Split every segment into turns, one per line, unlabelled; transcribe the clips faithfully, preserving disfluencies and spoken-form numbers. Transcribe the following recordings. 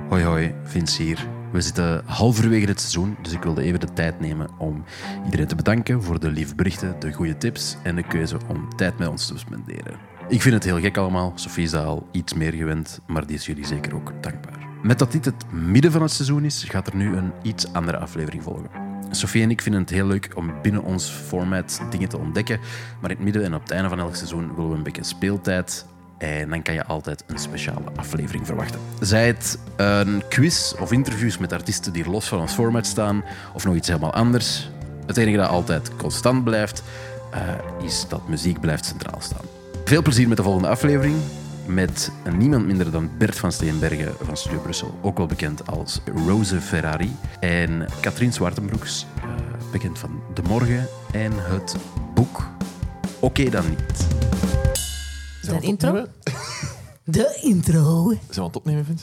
Hoi hoi, Vince hier. We zitten halverwege het seizoen, dus ik wilde even de tijd nemen om iedereen te bedanken voor de lieve berichten, de goede tips en de keuze om tijd met ons te spenderen. Ik vind het heel gek allemaal. Sophie is daar al iets meer gewend, maar die is jullie zeker ook dankbaar. Met dat dit het midden van het seizoen is, gaat er nu een iets andere aflevering volgen. Sophie en ik vinden het heel leuk om binnen ons format dingen te ontdekken, maar in het midden en op het einde van elk seizoen willen we een beetje speeltijd. En dan kan je altijd een speciale aflevering verwachten. Zij het een quiz of interviews met artiesten die los van ons format staan, of nog iets helemaal anders. Het enige dat altijd constant blijft, uh, is dat muziek blijft centraal staan. Veel plezier met de volgende aflevering. Met niemand minder dan Bert van Steenbergen van Studio Brussel, ook wel bekend als Rose Ferrari. En Katrien Zwartenbroeks, uh, bekend van De Morgen en het boek Oké dan niet.
De intro? De intro.
Zijn we aan het opnemen, Vince?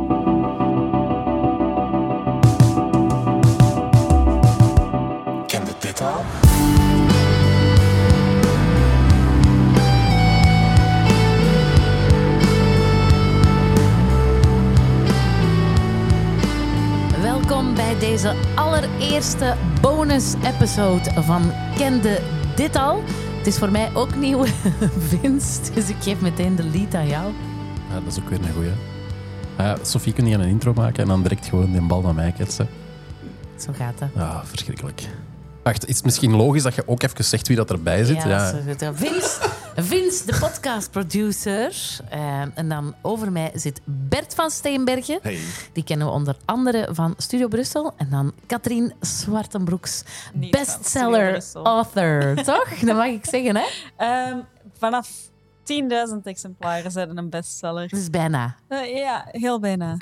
Kende dit al?
Welkom bij deze allereerste bonus-episode van Kende dit al? Het is voor mij ook nieuw, Vince, dus ik geef meteen de lead aan jou.
Ja, dat is ook weer een goeie. Uh, Sophie, kun je een intro maken en dan direct gewoon die bal naar mij ketsen?
Zo gaat dat.
Ja, verschrikkelijk. Wacht, is het misschien logisch dat je ook even zegt wie dat erbij zit?
Ja,
Ja.
dat is goed. Vince, Vince, de podcastproducer. Uh, en dan over mij zit Bert van Steenbergen.
Hey.
Die kennen we onder andere van Studio Brussel. En dan Katrien Zwartenbroeks,
Niet
bestseller
van Studio Brussel.
author. Toch? Dat mag ik zeggen, hè?
Um, vanaf tienduizend exemplaren zijn een bestseller.
Dus bijna.
Uh, ja, heel bijna.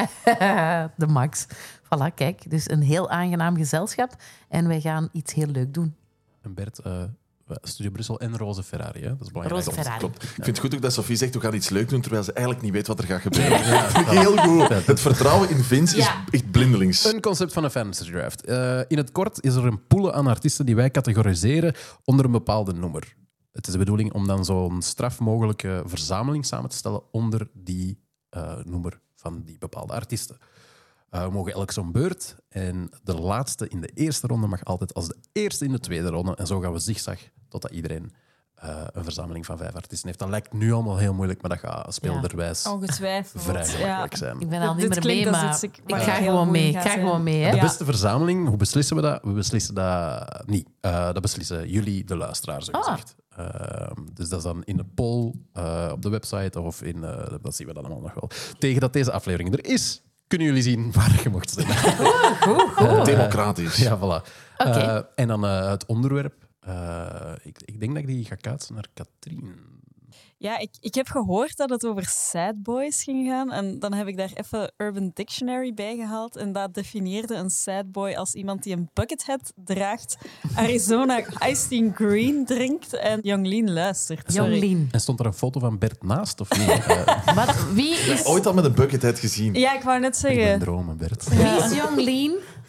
De max. Voilà, kijk. Dus een heel aangenaam gezelschap. En wij gaan iets heel leuk doen.
En Bert, uh, Studio Brussel en Rose Ferrari, hè? Dat is belangrijk.
Roze Ferrari.
Klopt. Ik vind het goed ook dat Sophie zegt, we gaan iets leuk doen, terwijl ze eigenlijk niet weet wat er gaat gebeuren. Ja, vind ik heel goed. Het vertrouwen in Vince is
Ja.
echt blindelings.
Een concept van een fantasy draft. Uh, in het kort is er een pool aan artiesten die wij categoriseren onder een bepaalde noemer. Het is de bedoeling om dan zo'n straf mogelijke verzameling samen te stellen onder die uh, noemer van die bepaalde artiesten. Uh, we mogen elk zo'n beurt. En de laatste in de eerste ronde mag altijd als de eerste in de tweede ronde. En zo gaan we zigzag totdat iedereen uh, een verzameling van vijf artiesten heeft. Dat lijkt nu allemaal heel moeilijk, maar dat gaat speelderwijs
Ongetwijfeld.
vrij
Ja.
gemakkelijk zijn.
Ik ben al
Dit
niet meer
klinkt
mee,
als
maar
iets ik-
ik
waar
ga
ik heel
gewoon
goed in
mee.
ga
Ik ga
zijn.
gewoon mee, hè?
De
Ja.
beste verzameling, hoe beslissen we dat? We beslissen dat niet. Uh, dat beslissen jullie, de luisteraars, zo
Ah.
gezegd. Uh, dus dat is dan in de poll uh, op de website of in... Uh, dat zien we dan allemaal nog wel. Tegen dat deze aflevering er is, kunnen jullie zien waar je mocht stemmen.
Goed, goed.
Democratisch.
Ja, voilà.
Oké.
Uh, en dan uh, het onderwerp. Uh, ik, ik denk dat ik die ga kaatsen naar Katrien.
Ja, ik, ik heb gehoord dat het over sad boys ging gaan. En dan heb ik daar even Urban Dictionary bij gehaald. En dat definieerde een sad boy als iemand die een buckethead draagt, Arizona Iced Tea Green drinkt en Jonglien luistert. Sorry.
Jonglien.
En stond er een foto van Bert naast, of niet? Uh,
Wat, wie is,
Ooit al met een buckethead gezien.
Ja, ik wou net
ik ben
zeggen,
dromen, Bert.
wie is Jonglien?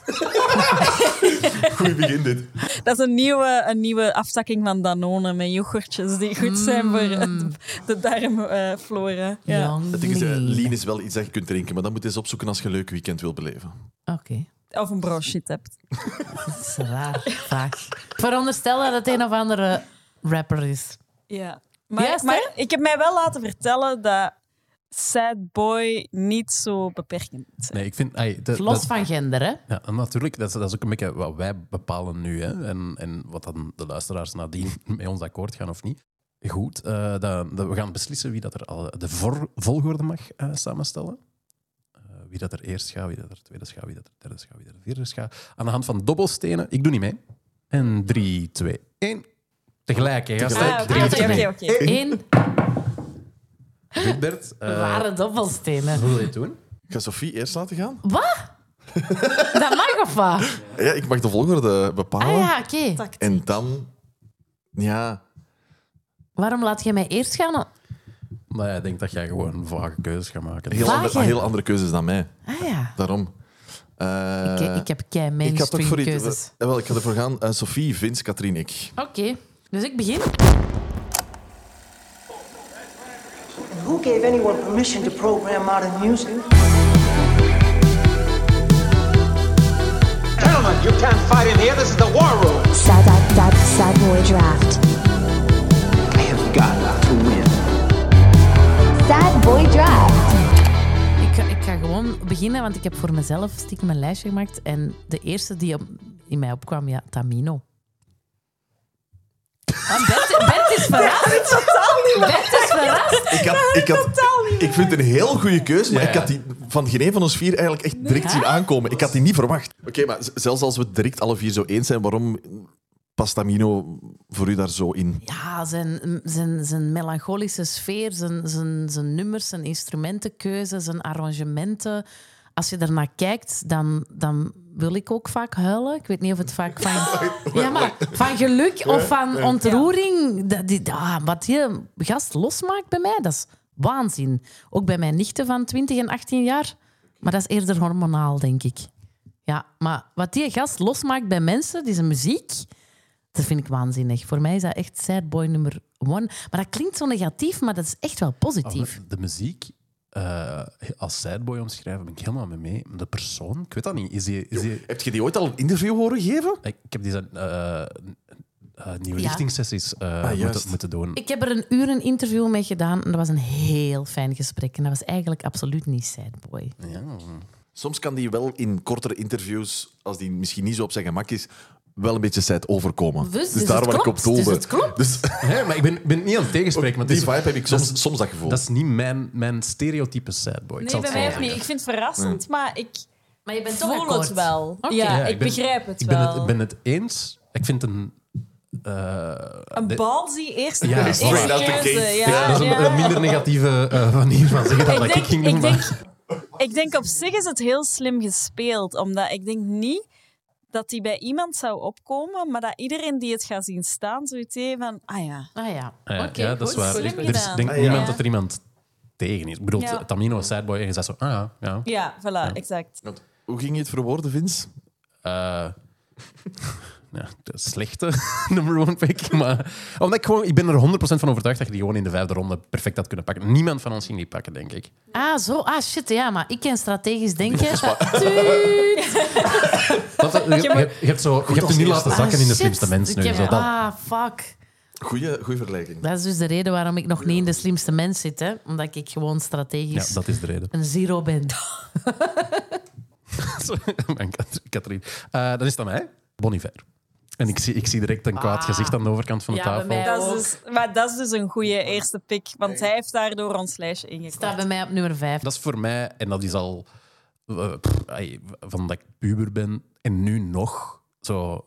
Goed begin dit.
dat is een nieuwe, een nieuwe aftakking van Danone met yoghurtjes die goed zijn voor de, de darmflora. Ja.
Jonglien.
Het ding is, uh, lean is wel iets dat je kunt drinken, maar dat moet je eens opzoeken als je een leuk weekend wil beleven.
Oké.
Of een bronchit hebt.
Dat is raar. Vaag. Ik veronderstel dat het een of andere rapper is.
Ja. Maar,
Juist, hè?
maar ik heb mij wel laten vertellen dat sad boy niet zo beperkend is.
Nee, ik vind... Ay, de,
Los
dat-
van gender, hè?
Ja, en natuurlijk. Dat is, dat is ook een beetje wat wij bepalen nu. Hè, en, en wat dan de luisteraars nadien met ons akkoord gaan of niet. Goed, uh, dat, dat we gaan beslissen wie dat er al de voor, volgorde mag uh, samenstellen. Uh, wie dat er eerst gaat, wie dat er tweede gaat, wie dat er derde gaat, wie dat er vierde gaat. Aan de hand van dobbelstenen. Ik doe niet mee. En drie, twee, één. Tegelijk, hè, gasten.
Ah, oké,
Drie,
oké,
twee,
oké, oké.
Eén
Goed, Bert. Uh,
ware dobbelstenen.
hoe wil je het doen?
Ik ga Sophie eerst laten gaan.
Wat? Dat mag of wat?
Ja, ik mag de volgorde bepalen.
Ah ja, oké.
En dan... Ja...
Waarom laat jij mij eerst gaan?
Maar ja, ik denk dat jij gewoon vage keuzes gaat maken.
Heel,
Vage.
andere, heel andere keuzes dan mij.
Ah ja.
Daarom. Uh,
Ik, ik heb kei
ik had toch
mainstream
voor iets,
keuzes.
eh, wel, ik ga ervoor gaan. Uh, Sophie, Vince, Katrien, ik.
Oké, dus ik begin.
Who gave anyone permission to program modern music? here. This is the war room.
Sad, sad, sad boy draft.
I have got to win.
Sad boy draft.
Ik ga, ik ga gewoon beginnen, want ik heb voor mezelf stiekem een lijstje gemaakt. En de eerste die op, in mij opkwam, ja, Tamino. Ah, Bert, Bert is verrast. Bert is verrast.
Ik, had, ik, had, ik vind het een heel goede keuze, maar
Ja.
ik had die van geen een van ons vier eigenlijk echt direct zien aankomen. Ik had die niet verwacht. Oké, okay, maar z- zelfs als we het direct alle vier zo eens zijn, waarom past Tamino voor u daar zo in?
Ja, zijn, zijn, zijn melancholische sfeer, zijn, zijn, zijn nummers, zijn instrumentenkeuze, zijn arrangementen. Als je ernaar kijkt, dan, dan wil ik ook vaak huilen. Ik weet niet of het vaak van, ja, maar van geluk of van ontroering. Dat die, ah, wat die gast losmaakt bij mij, dat is waanzin. Ook bij mijn nichten van twintig en achttien jaar. Maar dat is eerder hormonaal, denk ik. Ja, maar wat die gast losmaakt bij mensen, die zijn muziek, dat vind ik waanzinnig. Voor mij is dat echt sad boy nummer one. Maar dat klinkt zo negatief, maar dat is echt wel positief.
De muziek, uh, als sadboy omschrijven, ben ik helemaal mee mee. De persoon, ik weet dat niet. Is die, is die...
Heb je die ooit al een interview horen geven?
Ik, ik heb die zijn, uh, uh, nieuwe
Ja.
lichtingssessies uh,
juist.
moeten, moeten doen.
Ik heb er een uur een interview mee gedaan en dat was een heel fijn gesprek. En dat was eigenlijk absoluut niet sad boy.
Ja.
Soms kan die wel in kortere interviews, als die misschien niet zo op zijn gemak is, wel een beetje sad overkomen.
Dus,
Dus
dus
daar
het
waar ik
klopt,
op doelde.
dus het klopt.
Dus,
Nee, maar ik ben, ben niet aan het tegenspreken. Maar
die
het is,
vibe heb ik
dat
soms,
is-
soms dat gevoel.
dat is niet mijn, mijn stereotype sadboy. Ik
Nee,
zal
bij
het
mij
zo
ook niet.
zeggen.
Ik vind het verrassend, maar ik
Maar je bent toch
voel
akkoord?
het wel.
Oké.
Ja,
Ja,
ik,
ben-
begrijp het
ik ben
wel.
het, ik ben het eens. Ik vind een... uh,
Een
de-
ballsy eerste,
Ja,
eerste
straight out the
keuze.
gate.
Ja,
dat is een,
ja.
een minder negatieve uh, manier van zeggen dan
Ik
dat
denk,
ik ging doen.
ik,
maar-
denk, ik denk op zich is het heel slim gespeeld, omdat ik denk niet dat die bij iemand zou opkomen, maar dat iedereen die het gaat zien staan, zoiets heeft van, ah ja.
Ah ja,
Ja,
oké.
ja, dat is
goed.
waar.
Slim
Er is
gedaan.
denk
Ah,
niemand
ja.
dat er iemand tegen is. Ik bedoel,
Ja.
Tamino is sadboy en je zegt zo, ah ja, ja.
Ja, voilà, exact.
Want hoe ging je het verwoorden, Vince?
Uh, ja, de slechte number one pick. Maar, omdat ik, gewoon, ik ben er honderd procent van overtuigd dat je die gewoon in de vijfde ronde perfect had kunnen pakken. Niemand van ons ging die pakken, denk ik.
Ah, zo. Ah, shit. Ja, maar ik ken strategisch denken.
Dat, je, je, je, je hebt, zo, je hebt hem niet laten zakken
Ah,
in de
shit.
slimste mens
Ik
nu.
heb-
Zo, dat,
Ah, fuck.
Goeie, goeie vergelijking.
Dat is dus de reden waarom ik nog niet in de slimste mens zit. Hè? Omdat ik gewoon
ja,
strategisch
dat is de reden.
een zero ben.
Mijn Kat- Katrien. Uh, dan is het aan mij. Bon Iver. En ik zie, ik zie direct een kwaad
Ah.
gezicht aan de overkant van de
Ja, bij
tafel.
mij.
Dat is dus, maar dat is dus een goede eerste pick, want hij heeft daardoor ons lijstje ingekort.
Staat bij mij op nummer vijf.
Dat is voor mij, en dat is al uh, pff, ay, van dat ik puber ben en nu nog, zo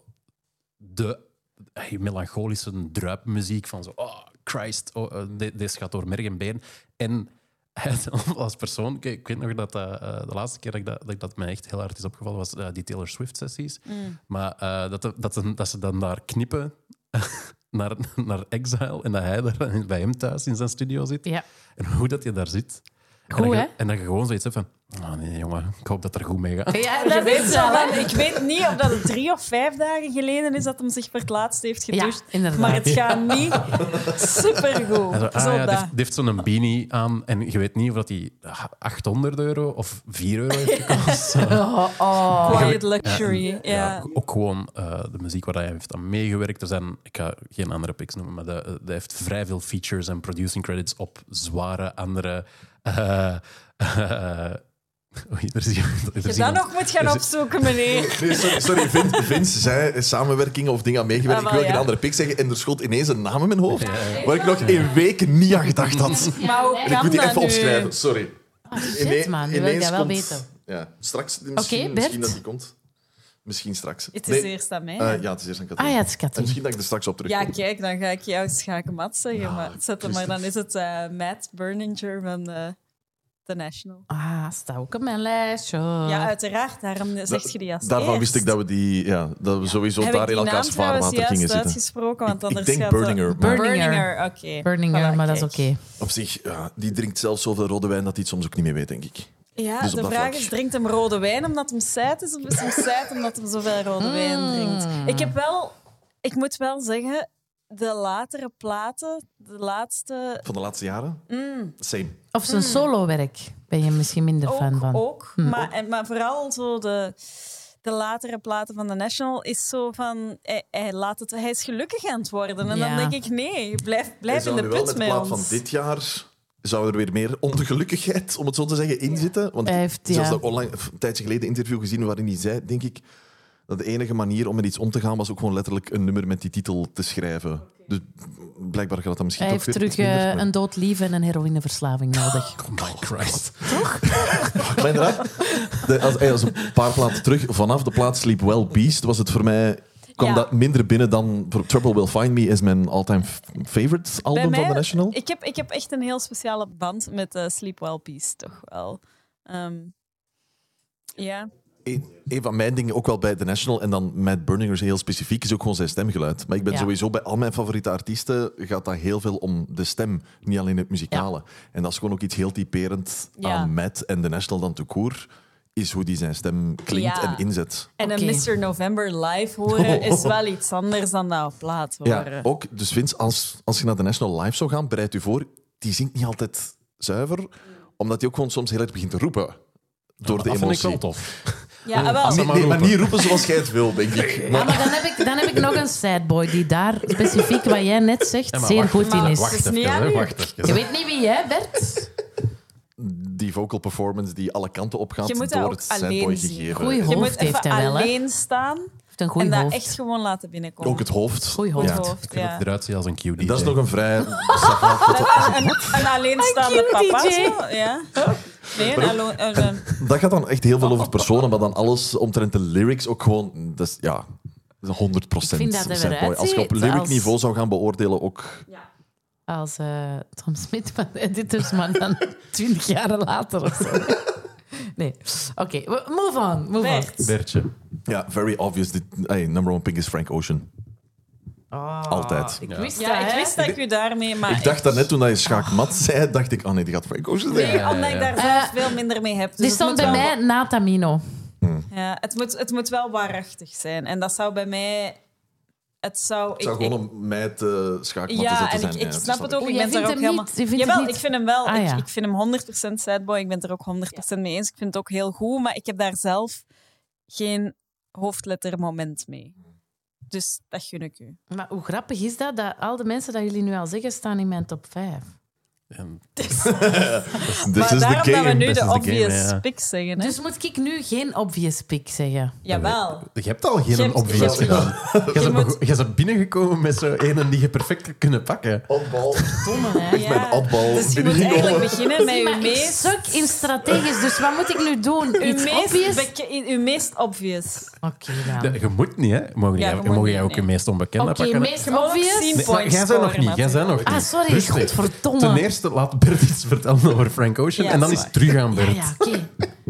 de ay, melancholische druipmuziek van zo, oh Christ, oh, uh, de- deze gaat door merg en been. En hij als persoon, ik, ik weet nog dat uh, de laatste keer dat, ik dat, dat ik dat mij echt heel hard is opgevallen, was uh, die Taylor Swift-sessies.
Mm.
Maar uh, dat, dat, dat, dat ze dan daar knippen naar, naar Exile en dat hij daar bij hem thuis in zijn studio zit.
Ja.
En hoe dat je daar zit.
Goed,
en, dat je,
hè?
en dat je gewoon zoiets hebt van... Oh nee, jongen, ik hoop dat het er goed mee gaat.
Ja,
Je
dat
weet
is
wel,
wel.
hè. Ik weet niet of dat het drie of vijf dagen geleden is dat hem zich voor het laatst heeft gedoucht.
Ja, inderdaad.
Maar het gaat niet supergoed.
En zo, ah,
Zo
ja, die
dat.
heeft, die heeft zo'n beanie aan en je weet niet of dat die achthonderd euro of vier euro heeft gekost.
Oh, oh.
Quiet luxury. Ja,
Ja, ook gewoon uh, de muziek waar hij heeft aan meegewerkt. Er zijn, ik ga geen andere picks noemen, maar hij heeft vrij veel features en producing credits op zware andere... Uh, uh, oei, er is iemand- er is
Je dat
iemand-
nog moet gaan
er is-
opzoeken, meneer.
Nee, sorry, sorry Vince, Vince zei samenwerkingen of dingen aan meegewerkt.
Ah,
Ik wil
wel,
geen
ja.
andere pik zeggen en er schot ineens een naam in mijn hoofd waar ik nog een week niet aan gedacht had.
Maar hoe
En ik
kan
moet die
dat
even
nu?
opschrijven, sorry.
Ah, shit, man. Nu wil ik dat wel weten.
Ja, straks misschien,
Bert.
misschien dat die komt. Misschien straks.
Het is
Nee,
eerst aan mij.
eh, ja, het is eerst aan Katrien.
Ah ja, het is
En
Katrien.
misschien dat ik er straks op terugkom.
Ja, kijk, dan ga ik jou schakenmat zeggen.
Ja,
maar, zetten, maar dan is het uh, Matt Berninger van uh, The National.
Ah, staat ook op mijn lijstje.
Ja, uiteraard. Daarom zeg je die als
Daarvan
eerst.
wist ik dat we, die, ja, dat we sowieso
Heb
daar
ik die
in elkaars
naam trouwens
vaarwater
juist
gingen zitten.
uitgesproken? Want
Ik- ik
anders
denk
gaat
Berninger,
dat-
maar-
Berninger, oké.
Burninger,
Voilà,
maar dat is
kijk.
oké.
Op zich, ja, die drinkt zelf zoveel rode wijn dat hij het soms ook niet meer weet, denk ik.
Ja,
Dus op
de
dat
vraag
vlak.
is, drinkt hem rode wijn omdat hem saait is of is hem saait omdat hem zoveel rode wijn drinkt? Ik heb wel... Ik moet wel zeggen, de latere platen, de laatste...
Van de laatste jaren?
Mm,
Same.
Of zijn solowerk ben je misschien minder fan
ook,
van.
ook
Hm.
maar, en, maar vooral zo de, de latere platen van The National is zo van... Hij, hij, laat het, hij is gelukkig aan het worden. En
Ja.
dan denk ik, nee, blijf, blijf in
zou
de
nu wel
put
met de
met
plaat
ons.
van dit jaar... Zou er weer meer ongelukkigheid, om het zo te zeggen, in zitten? Want
Hij heeft,
zelfs
ja.
dat online, een tijdje geleden interview gezien waarin hij zei, denk ik, dat de enige manier om met iets om te gaan was ook gewoon letterlijk een nummer met die titel te schrijven. Dus blijkbaar gaat dat misschien
Hij
toch
heeft
weer
terug
iets minder,
eh, een dood lief en een heroïneverslaving nodig.
Oh my Christ.
Maar inderdaad, de, als, als een paar platen terug, vanaf de plaat Sleep Well Beast, was het voor mij... kwam
Ja.
dat minder binnen dan... Trouble Will Find Me is mijn all-time f- favorite album
Bij
van
mij-
The National.
Ik heb, ik heb echt een heel speciale band met uh, Sleep Well Peace, toch wel. Ehm, ja.
Een, een van mijn dingen ook wel bij The National, en dan Matt Berninger heel specifiek, is ook gewoon zijn stemgeluid. Maar ik ben
Ja.
sowieso bij al mijn favoriete artiesten gaat dat heel veel om de stem, niet alleen het muzikale. En dat is gewoon ook iets heel typerend
Ja.
aan Matt en The National dan tout court, is hoe die zijn stem klinkt
Ja.
en inzet.
En
Oké.
een mister November live horen is wel iets anders dan dat op plaat horen.
Ja, ook, dus Vince, als, als je naar The National live zou gaan, bereid u voor, die zingt niet altijd zuiver, omdat hij ook gewoon soms heel erg begint te roepen. Door de
Dat vind ik
emotie.
wel tof.
Ja, ah, wel.
Als ze
Nee,
maar
nee, maar
roepen.
niet roepen zoals jij het wil, denk ik.
Ja, maar dan heb, ik, dan heb ik nog een sadboy die daar specifiek, wat jij net zegt,
Ja, maar
zeer
wacht,
goed in
maar
is.
wacht.
Wacht
Het is niet
even,
aan
hè,
u.
wacht even.
Je weet niet wie, hè, Bert?
Die vocal performance die alle kanten op gaat
Je moet dat
door
ook
het
alleen
Sadboy
zien.
gegeven.
Goeie
Je
hoofd
moet
heeft
even
hij wel, hè?
alleen staan
Heeft een goeie
en dat
hoofd.
echt gewoon laten binnenkomen.
Ook het hoofd.
Goeie hoofd.
Ja.
Het hoofd,
Ik vind dat
ja.
hij eruit ziet als een Q D J.
Dat is nog een vrij...
Een, een alleenstaande
Een cute
papa.
D J.
Zo, ja. Nee, een allo- een- een-
Dat gaat dan echt heel veel over personen, maar dan alles omtrent de lyrics ook gewoon... Dat is, ja, dat is honderd procent
Ik vind dat er
Sadboy.
eruit
Als je op
ziet
lyric
als-
niveau zou gaan beoordelen, ook...
Als eh, Tom Smith van de editors, maar dan twintig jaar later of zo. Nee. Oké, we- move on. Move on.
Bert.
Bertje.
Ja, very obvious. Dit, hey, number one pick is Frank Ocean. Altijd.
Ik
Ja.
wist
Ja,
dat,
ik
hè.
wist dat ik u daarmee... Maar
Ik dacht daarnet, toen hij schaakmat zei, dacht ik, oh nee, die gaat Frank Ocean zijn.
Nee, omdat ik daar
Eh,
zelf veel minder mee heb. Dus
Die
het
stond
moet
bij
wel-
mij na Tamino.
Ja, het moet, het moet wel waarachtig zijn. En dat zou bij mij... Het zou...
Het zou
ik,
gewoon
ik-
om mij te schaakmat te
ja,
zetten
en
zijn.
ik,
Ja,
ik
dat
snap het
ik.
ook.
Oh,
Ik
jij
ben er
vindt
ook
hem
helemaal...
niet- je vindt het
Jawel,
niet-
ik vind hem wel...
Ah,
ik,
ja.
ik vind hem honderd procent sadboy. Ik ben het er ook honderd procent mee eens. Ik vind het ook heel goed, maar ik heb daar zelf geen hoofdlettermoment mee. Dus dat gun ik u.
Maar hoe grappig is dat, dat al de mensen dat jullie nu al zeggen, staan in mijn top vijf.
En
This
maar
is the
daarom dat we
game.
nu
This
de
is the
obvious
game, ja.
pick zeggen. Hè?
Dus moet ik nu geen obvious pick zeggen?
Jawel.
je hebt al geen
Je hebt-
obvious
je hebt-
gedaan. Je bent
moet-
nog- je bent binnengekomen met zo'n ene die je perfect hebt kunnen pakken.
Oddbal.
Domme, hè?
Ja.
Mijn oddbal
Dus je moet
binnengekomen.
eigenlijk beginnen met
Zie,
uw
maar ik
meest...
suk in strategisch, dus wat moet ik nu doen?
Uw
Iets
meest,
obvious?
beke- uw meest obvious.
Oké, dan.
Ja, je moet niet, hè? Mogen
Ja,
jij,
je moet
mogen
niet,
jij ook
nee.
je meest onbekende
Oké,
pakken?
meest
Je mag ook
obvious?
zien.
Nee, maar
points
jij bent nog
scoren,
niet. Jij bent nog
natuurlijk.
niet.
Ah, sorry,
Rustig.
godverdomme.
Ten eerste, laat Bert iets vertellen over Frank Ocean
Ja,
en dan
dat
is
is
het terug aan
Ja,
Bert.
ja, oké.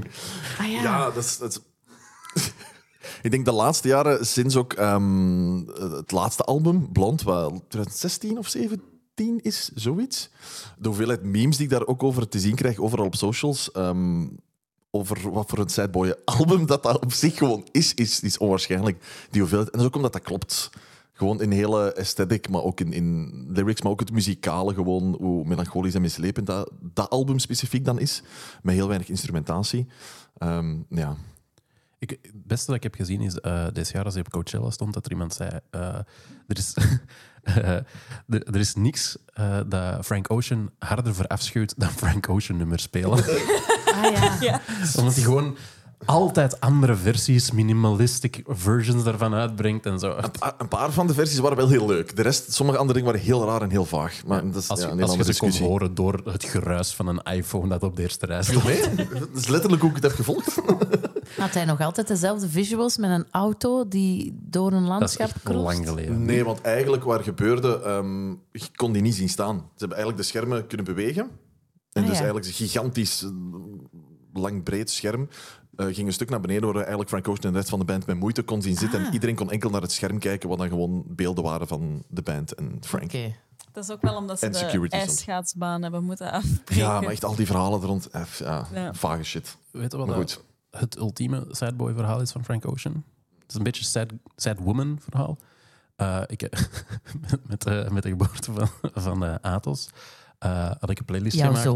Ah ja.
Ja, dat is... Dat is... Ik denk de laatste jaren, sinds ook ehm, het laatste album, Blond, wat twintig zestien of zeventien is, zoiets. De hoeveelheid memes die ik daar ook over te zien krijg, overal op socials, ehm, over wat voor een sadboy album dat dat op zich gewoon is, is, is onwaarschijnlijk. Die hoeveelheid. En dat is ook omdat dat klopt. Gewoon in hele aesthetic, maar ook in, in lyrics, maar ook het muzikale, gewoon hoe melancholisch en mislepend dat, dat album specifiek dan is. Met heel weinig instrumentatie. Ehm, ja.
Ik, het beste dat ik heb gezien is, uh, deze jaar als ik op Coachella stond, dat er iemand zei, uh, er, is, uh, er, er is niks uh, dat Frank Ocean harder verafschuwt dan Frank Ocean nummers spelen.
Ah ja.
Ja.
Omdat hij gewoon altijd andere versies, minimalistic versions daarvan uitbrengt en zo.
Een paar, een paar van de versies waren wel heel leuk. De rest, sommige andere dingen waren heel raar en heel vaag. Maar dat is
Als
ja,
je,
een
als
hele
je
andere
ze kon
discussie.
horen door het geruis van een iPhone dat op de eerste rij
Viel
stond.
mee? Dat is letterlijk hoe ik het heb gevolgd.
Had hij nog altijd dezelfde visuals met een auto die door een
Dat is
landschap
echt
kroest?
lang geleden.
Nee, want eigenlijk waar gebeurde, um, je kon die niet zien staan. Ze hebben eigenlijk de schermen kunnen bewegen. En
Ah,
dus
ja.
eigenlijk een gigantisch, eh, lang breed scherm uh, ging een stuk naar beneden, waar eigenlijk Frank Ocean en de rest van de band met moeite kon zien zitten.
Ah.
En iedereen kon enkel naar het scherm kijken, wat dan gewoon beelden waren van de band en Frank.
Oké.
Dat is ook wel omdat ze
En
de
security soms.
ijsschaatsbaan hebben moeten afbreken.
Ja, maar echt al die verhalen er rond. eh, ja,
Ja.
vage shit.
Weet je wat
Maar
dat
goed.
het ultieme sadboy verhaal is van Frank Ocean? Het is een beetje sad, sad woman verhaal. Uh, ik, met, met, uh, met de geboorte van, van uh, Athos uh, had ik een playlist
Jouw
gemaakt.
zoon.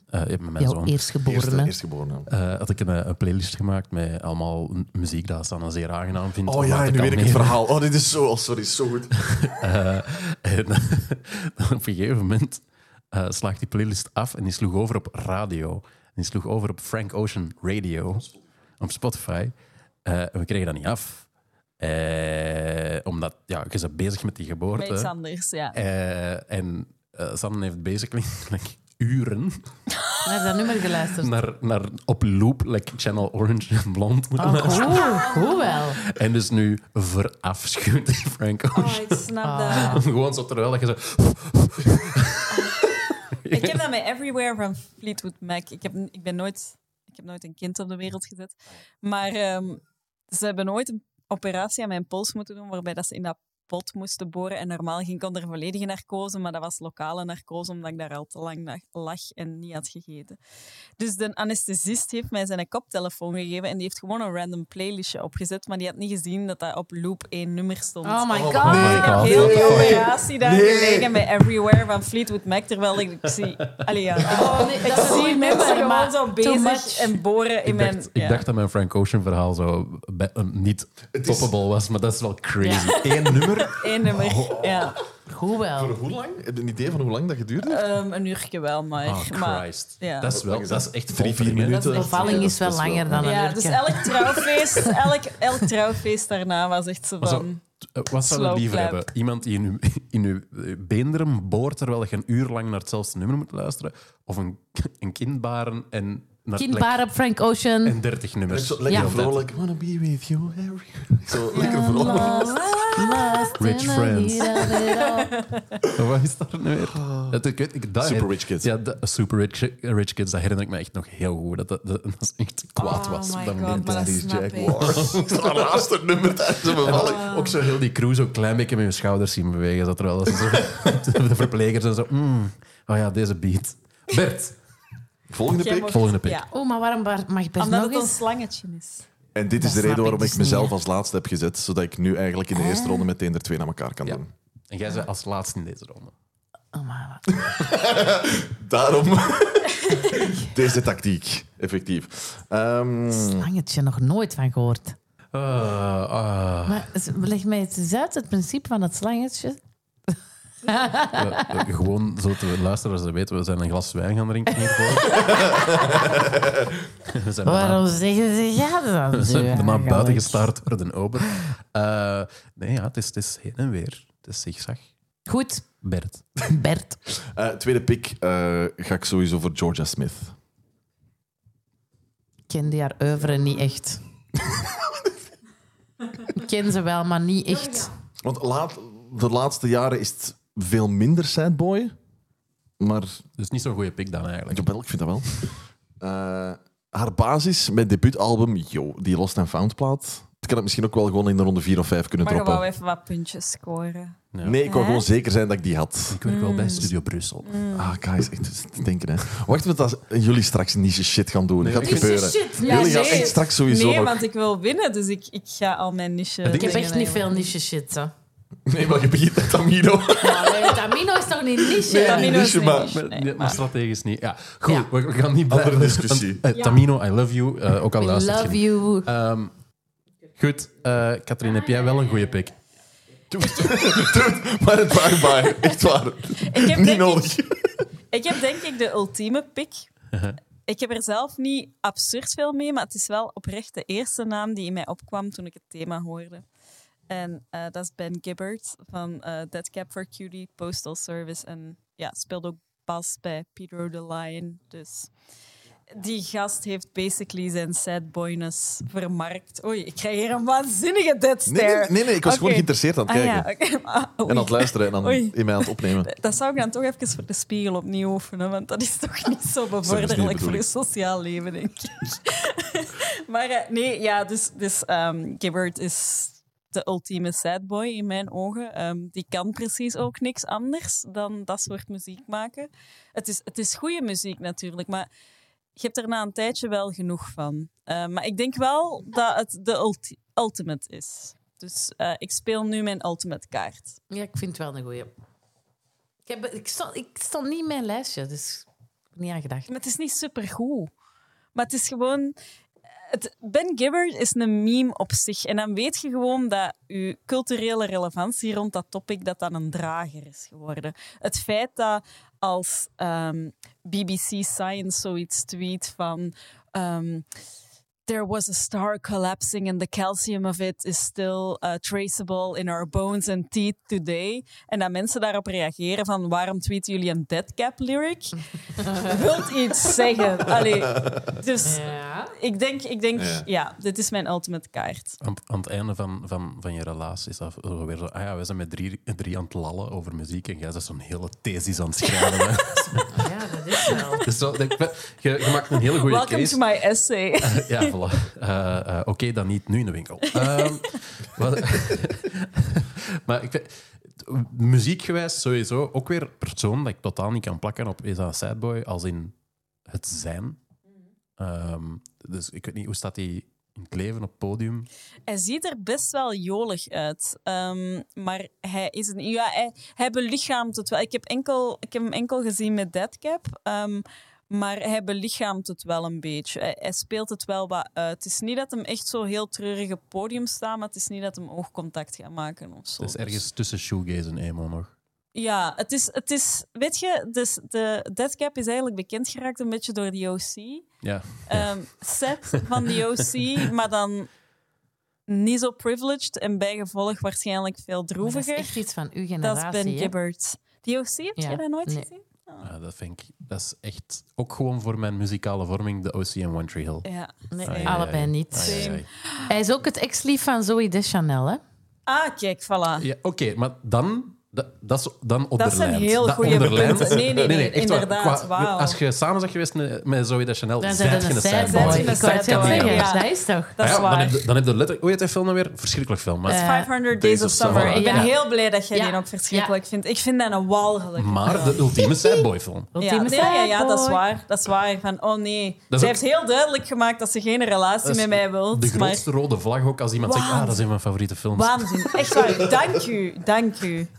uh, met mijn
Jouw
zoon,
eerstgeborene.
Eerste, eerstgeborene.
uh, had ik een, een playlist gemaakt met allemaal muziek dat Sanne zeer aangenaam vindt.
Oh ja, en nu weet ik het verhaal. Oh, dit is zo... Oh, sorry, zo goed.
Uh, en dan op een gegeven moment uh, slaagt die playlist af en die sloeg over op radio. En die sloeg over op Frank Ocean Radio op Spotify. Uh, en we kregen dat niet af. Uh, omdat, ja, je bent bezig met die geboorte.
Met iets anders, ja.
Uh, en uh, Sanne heeft basically like, uren
Naar dat nummer geluisterd.
naar, naar op loop, like Channel Orange en Blond.
Oh, goed. Goed wel.
En dus nu verafschuwt die Frank Ocean.
Oh, ik snap
Ah.
dat.
Gewoon zo terwijl je zo...
Ik heb dat met Everywhere van Fleetwood Mac. Ik heb, ik ben nooit, ik heb nooit een kind op de wereld gezet. Maar um, ze hebben ooit een operatie aan mijn pols moeten doen, waarbij dat ze in dat pot moesten boren. En normaal ging ik onder volledige narcose, maar dat was lokale narcose, omdat ik daar al te lang lag en niet had gegeten. Dus de anesthesist heeft mij zijn koptelefoon gegeven en die heeft gewoon een random playlistje opgezet, maar die had niet gezien dat dat op loop één nummer stond.
Oh my god.
Dus ik heb
God.
heel
Nee.
die operatie daar
Nee.
gelegen met Everywhere van Fleetwood Mac, terwijl ik zie... Allee, ja.
Oh, nee,
Ik
dat is
zie
goed,
mensen
maar-
gewoon
maar
zo
too
bezig
much.
en boren in
Ik
mijn...
dacht, ik
ja.
dacht dat mijn Frank Ocean verhaal zo be- uh, niet
Het is-
toppable was, maar dat is wel crazy.
Ja.
Eén nummer.
Eén nummer, ja.
Goed
Voor
wel.
hoe lang? Heb je een idee van hoe lang dat geduurd heeft?
Um, een uurtje wel, maar...
Oh,
maar
Christ.
ja.
Dat is wel, dat is echt
Drie, vier
foltering, hè.
minuten.
De bevalling is wel
Dat is wel-
langer dan een
ja,
uurtje.
dus elk trouwfeest, elk, elk trouwfeest daarna was echt zo
Maar zo,
van...
uh, wat zou je
Slow
liever
clap.
hebben? Iemand die in uw, in uw uh, beenderen boort terwijl je een uur lang naar hetzelfde nummer moet luisteren? Of een, een kind baren en... Naar,
Kindbaar op Frank Ocean.
En dertig nummers.
Zo lekker
Ja.
vrolijk. Wanna be with you, Harry. Zo lekker vrolijk.
Rich Friends. Wat is dat nu weer? Dat, ik weet, ik, dat
Super
her-
Rich Kids.
Ja, de, Super rich, rich Kids, dat herinner ik me echt nog heel goed. Dat, dat, dat, dat is echt kwaad
Oh
was.
my
op dat
God,
moment.
maar dat
Daddy's
snap ik.
Jaguar. Dat is haar laatste nummer tijdens een
En
bevalling.
ook, ook zo heel die crew zo klein beetje met hun schouders zien bewegen. Dat terwijl ze zo, de verplegers en zo... Mm, oh ja, deze beat. Bert,
Volgende
Jij
pick.
mag-
volgende pick.
Ja,
Oh, maar waarom bar- mag Bert
omdat
nog
het een
eens?
slangetje is.
En dit is
Dat
de reden
snap ik
waarom
dus
ik mezelf
niet, hè.
als laatste heb gezet, zodat ik nu eigenlijk in de eerste ronde meteen er twee naar elkaar kan
Ja.
doen.
En jij bent als laatste in deze ronde.
Oh, maar...
Daarom deze tactiek, effectief. Ehm,
Slangetje, nog nooit van gehoord.
Ah, ah.
Maar z- leg mij het eens uit, het principe van het slangetje.
We- we- gewoon zo te luisteren, ze weten, we zijn een glas wijn gaan drinken hiervoor. We zijn daarna,
Waarom zeggen ze ja dan?
we
zo
zijn daarna
eigenlijk?
buiten gestaard door de ober. Uh, nee, ja, het is, het is heen en weer. Het is zigzag.
Goed,
Bert.
Bert.
eh, tweede pick eh, ga ik sowieso voor Georgia Smith.
Ik ken die haar oeuvre niet echt. Ik ken ze wel, maar niet echt.
Want laat, de laatste jaren is het veel minder sad boy. Maar
Dus niet zo'n goede pick dan eigenlijk.
jawel, ik vind dat wel. Eh, haar basis met debuutalbum, yo, die Lost and Found plaat. Ik kan het misschien ook wel gewoon in de ronde vier of vijf kunnen
Maar je
droppen.
wou even wat puntjes scoren.
Ja.
Nee, ik wou
Hè?
gewoon zeker zijn dat ik die had.
Ik werk wel
Mm.
bij Studio Brussel.
Ah, guys, echt dus te denken, hè. Wacht met dat jullie straks niche shit gaan doen. Dat gaat
Niche
gebeuren.
shit,
Ja,
jullie gaan
nee.
echt straks sowieso
Nee,
nog...
want ik wil winnen, dus ik, ik ga al mijn niche...
Ik
Ik heb
dingen
echt niet
nemen.
veel niche shit. Hè.
Nee, maar je begint met Tamino.
Maar nee, Tamino is toch niet niche?
Nee,
Tamino is
niche, maar-
niche.
Maar,
Nee,
maar
maar-
strategisch niet. Ja, goed,
Ja.
We, we gaan niet
Andere
blijven-
discussie.
want, eh, Tamino, I love you. eh, ook al
We
luistert je
love
niet.
you.
Ehm, goed, eh Katrien, heb jij wel een goede pick?
Maar het waar, waar. Echt waar.
Ik heb,
Niet
denk
nodig.
ik, ik heb denk ik de ultieme pick. Ik heb er zelf niet absurd veel mee, maar het is wel oprecht de eerste naam die in mij opkwam toen ik het thema hoorde. En eh, dat is Ben Gibbard van eh Dead Cab for Cutie, Postal Service. En ja, speelt ook bas bij Pedro the Lion. Dus die gast heeft basically zijn sad boyness vermarkt. Oei, ik krijg hier een waanzinnige dead
Nee,
stare.
nee, nee, nee, ik was gewoon
Oké.
geïnteresseerd aan het
Ah,
kijken.
ja, oké. Ah,
En
oei.
aan het luisteren en dan
Oei.
in mij aan het opnemen.
Dat zou ik dan toch even voor de spiegel opnieuw oefenen, want dat is toch niet zo
niet de
bevorderlijk voor
bedoeling.
je sociaal leven, denk ik. Maar eh, nee, ja, dus, dus um, Gibbard is de ultieme sad boy in mijn ogen. Ehm, die kan precies ook niks anders dan dat soort muziek maken. Het is, het is goede muziek natuurlijk, maar je hebt er na een tijdje wel genoeg van. Eh, maar ik denk wel dat het de ulti- ultimate is. Dus eh, ik speel nu mijn ultimate kaart.
Ja, ik vind het wel een goeie. Ik, heb, ik, stond, ik stond niet in mijn lijstje, dus niet aan gedacht.
Maar het is niet supergoed. Maar het is gewoon... Het, Ben Gibbard is een meme op zich. En dan weet je gewoon dat je culturele relevantie rond dat topic dat dat een drager is geworden. Het feit dat als um, B B C Science zoiets tweet van... Um, There was a star collapsing and the calcium of it is still uh, traceable in our bones and teeth today. En dat mensen daarop reageren van waarom tweeten jullie een Deadcap lyric? Wilt iets zeggen. Allee, dus
Ja.
ik denk, ik denk
Ja.
ja. dit is mijn ultimate kaart.
Aan, aan het einde van, van, van je relatie is dat zo weer zo... Ah ja, we zijn met drie, drie aan het lallen over muziek en jij bent zo'n hele thesis aan het schrijven. Hè.
Ja, dat is wel.
Dus zo, ik ben- je, je maakt een hele goede
Welcome
case.
to my essay.
Ja, voilà. Uh, uh, Oké, okay, dan niet nu in de winkel. Um, wat, maar ik vind, muziekgewijs sowieso ook weer een persoon dat ik totaal niet kan plakken op is dat een sadboy, als in het zijn. Um, dus ik weet niet, hoe staat hij in het leven op het podium?
Hij ziet er best wel jolig uit. Um, maar hij is een... Ja, hij, hij belichaamt het wel. Ik heb, enkel, ik heb hem enkel gezien met Deadcap. Um, maar hij belichaamt het wel een beetje. Hij, hij speelt het wel wat uit. Het is niet dat hem echt zo heel treurig op het podium staat, maar het is niet dat hem oogcontact gaat maken of zo.
Het is ergens tussen shoegaze en emo nog.
Ja, het is... Het is weet je, dus de Deadcap is eigenlijk bekend geraakt een beetje door de O C.
Ja.
Um, set van de O C, maar dan niet zo privileged en bijgevolg waarschijnlijk veel
Maar dat is
droeviger.
echt iets van uw
Dat
generatie.
is Ben
hè?
Gibbard. Die O C, heb
Ja.
je dat nooit
Nee.
gezien?
Ja, dat vind ik... Dat is echt... Ook gewoon voor mijn muzikale vorming, de O C en One Tree Hill.
Ja.
Nee,
Ai, ai,
allebei
ai.
niet.
Ai, ai, ai.
Hij is ook het ex-lief van Zooey Deschanel, hè?
Ah, kijk, voilà.
Ja, oké, maar dan... Dat, dat is dan
Dat zijn
onderlijnd.
heel
Dat
goede
onderlijnd-
punten. Nee, nee, nee,
echt waar.
inderdaad,
Qua-
wauw.
Als je samen bent geweest met, met Zoe Deschanel,
Dan
zijt
zijn
je
ze
een
een
sad
sad
boy.
boy.
boy.
Ik wou het
Sad
zeggen,
boy, ja.
dat is toch?
Dat is
Ah ja, dan,
waar.
heb je, dan heb je letterlijk... Hoe heet die film nou weer? Verschrikkelijk film. Maar,
Dat is
Eh,
vijfhonderd Days of Summer. Ik ben
Ja.
heel blij dat jij
Ja.
die ook verschrikkelijk vindt. Ik vind dat een walgelijk.
maar de ultieme sad boy film.
Ja,
Ultieme
nee, ja, ja,
sad
dat is
boy.
waar. Dat is waar. Van, oh nee.
Dat
Ze
is
heeft heel duidelijk gemaakt dat ze geen relatie
Dat is
met mij wil.
De grootste rode vlag ook als iemand zegt, ah, dat is een van mijn favoriete films.
Waanzin. Echt waar. Dank u. Dank u.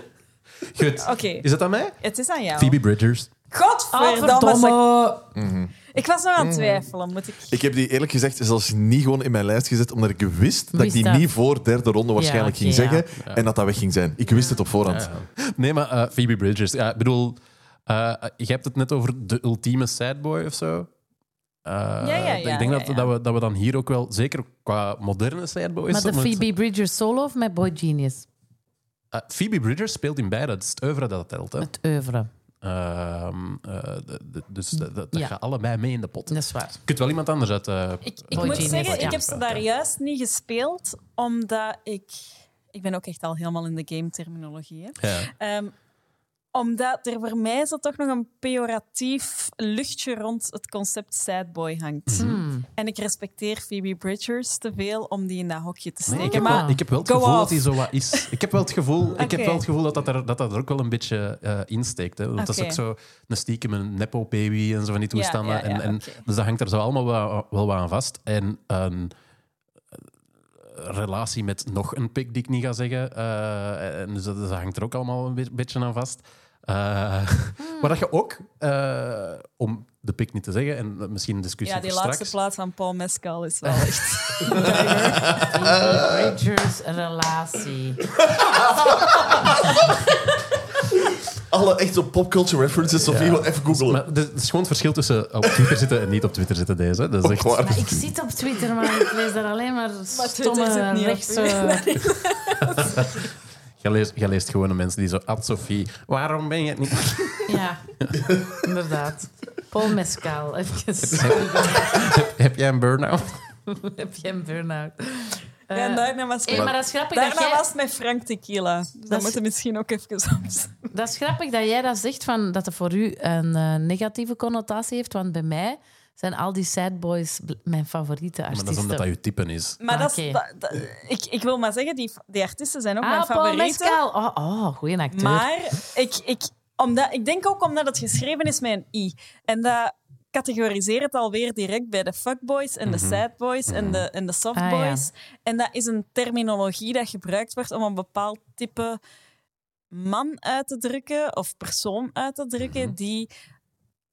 Goed.
Oké.
Is het aan mij?
Het is aan jou.
Phoebe Bridgers.
Godverdomme. Ik was nog aan het twijfelen. Moet ik...
Ik heb die eerlijk gezegd zelfs niet gewoon in mijn lijst gezet, omdat ik wist dat ik
Wist
die
dat.
niet voor derde ronde waarschijnlijk
Ja, oké,
ging
ja.
zeggen en dat dat weg ging zijn. Ik wist het op voorhand.
Ja. Nee, maar uh, Phoebe Bridgers. Ja, ik bedoel, uh, je hebt het net over de ultieme sad boy of zo. Uh,
ja, ja,
ik denk
ja,
dat,
ja.
Dat, we, dat we dan hier ook wel, zeker qua moderne sad boys...
Maar de
om het-
Phoebe Bridgers solo of met Boy Genius?
Uh, Phoebe Bridgers speelt in beide. Het is het oeuvre dat telt. Hè.
Het oeuvre.
Ehm, uh, de- de- dus dat, dat
Ja.
gaat allebei mee in de pot.
Dat is waar.
Je kunt wel iemand anders uit... uh,
Ik, ik
Boy
moet
Genius,
zeggen,
ja.
ik heb ze daar juist niet gespeeld, omdat ik... Ik ben ook echt al helemaal in de game-terminologie. Hè.
ja.
Ehm, omdat er voor mij zo toch nog een pejoratief luchtje rond het concept sad boy hangt.
Hmm.
En ik respecteer Phoebe Bridgers te veel om die in dat hokje te
Nee,
steken.
ik, heb
maar
wel, ik heb wel het
go
gevoel
off.
dat hij zo wat is. Ik heb wel het gevoel, ik heb
Oké.
wel het gevoel dat, dat, er, dat dat er ook wel een beetje uh, insteekt. Hè. Want dat is
Oké.
ook zo een stiekem een nepo-baby en zo van die
Ja,
toestanden.
ja, ja,
en, en,
oké.
Dus dat hangt er zo allemaal wel, wel wat aan vast. En een relatie met nog een pik die ik niet ga zeggen. Uh, en dus dat, dat hangt er ook allemaal een be- beetje aan vast. Uh, Maar dat je ook, uh, om de pik niet te zeggen, en misschien een discussie
Ja, die
voor
laatste
straks...
plaats van Paul Mescal is wel echt...
Phoebe Bridgers relatie.
Alle echt zo popculture references, Sofie, gewoon even googlen.
Maar het is gewoon het verschil tussen op Twitter zitten en niet op Twitter zitten, deze. hè. Dat is
Ook
echt...
waar.
Maar ik zit op Twitter, maar ik lees daar alleen maar
Twitter
stomme
zit niet op
rechtse...
Jij leest, jij leest gewoon de mensen die zo... Ad Sophie, waarom ben je het niet...
Ja, inderdaad. Paul Mescal, even.
heb, heb jij een burn-out?
Heb je een burn-out?
Ja, en daarna was,
Hey, maar dat is grappig dat
daarna
jij...
was het met Frank Tequila. Dus dat
is-
moeten we misschien ook even soms...
Dat is grappig dat jij dat zegt, van, dat het voor u een eh, negatieve connotatie heeft. Want bij mij zijn al die sad boys bl- mijn favoriete
Maar
artiesten.
dat is omdat dat je type is.
Maar dat is,
Oké.
dat- dat- ik, ik wil maar zeggen, die, die artiesten zijn ook mijn
Ah, Paul
favorieten.
Mescal. Oh, oh goeie acteur.
Maar ik, ik, omdat, ik denk ook omdat het geschreven is met een i. En dat categoriseert het alweer direct bij de fuckboys en de sadboys en de, en de softboys.
Ah,
En dat is een terminologie dat gebruikt wordt om een bepaald type man uit te drukken of persoon uit te drukken die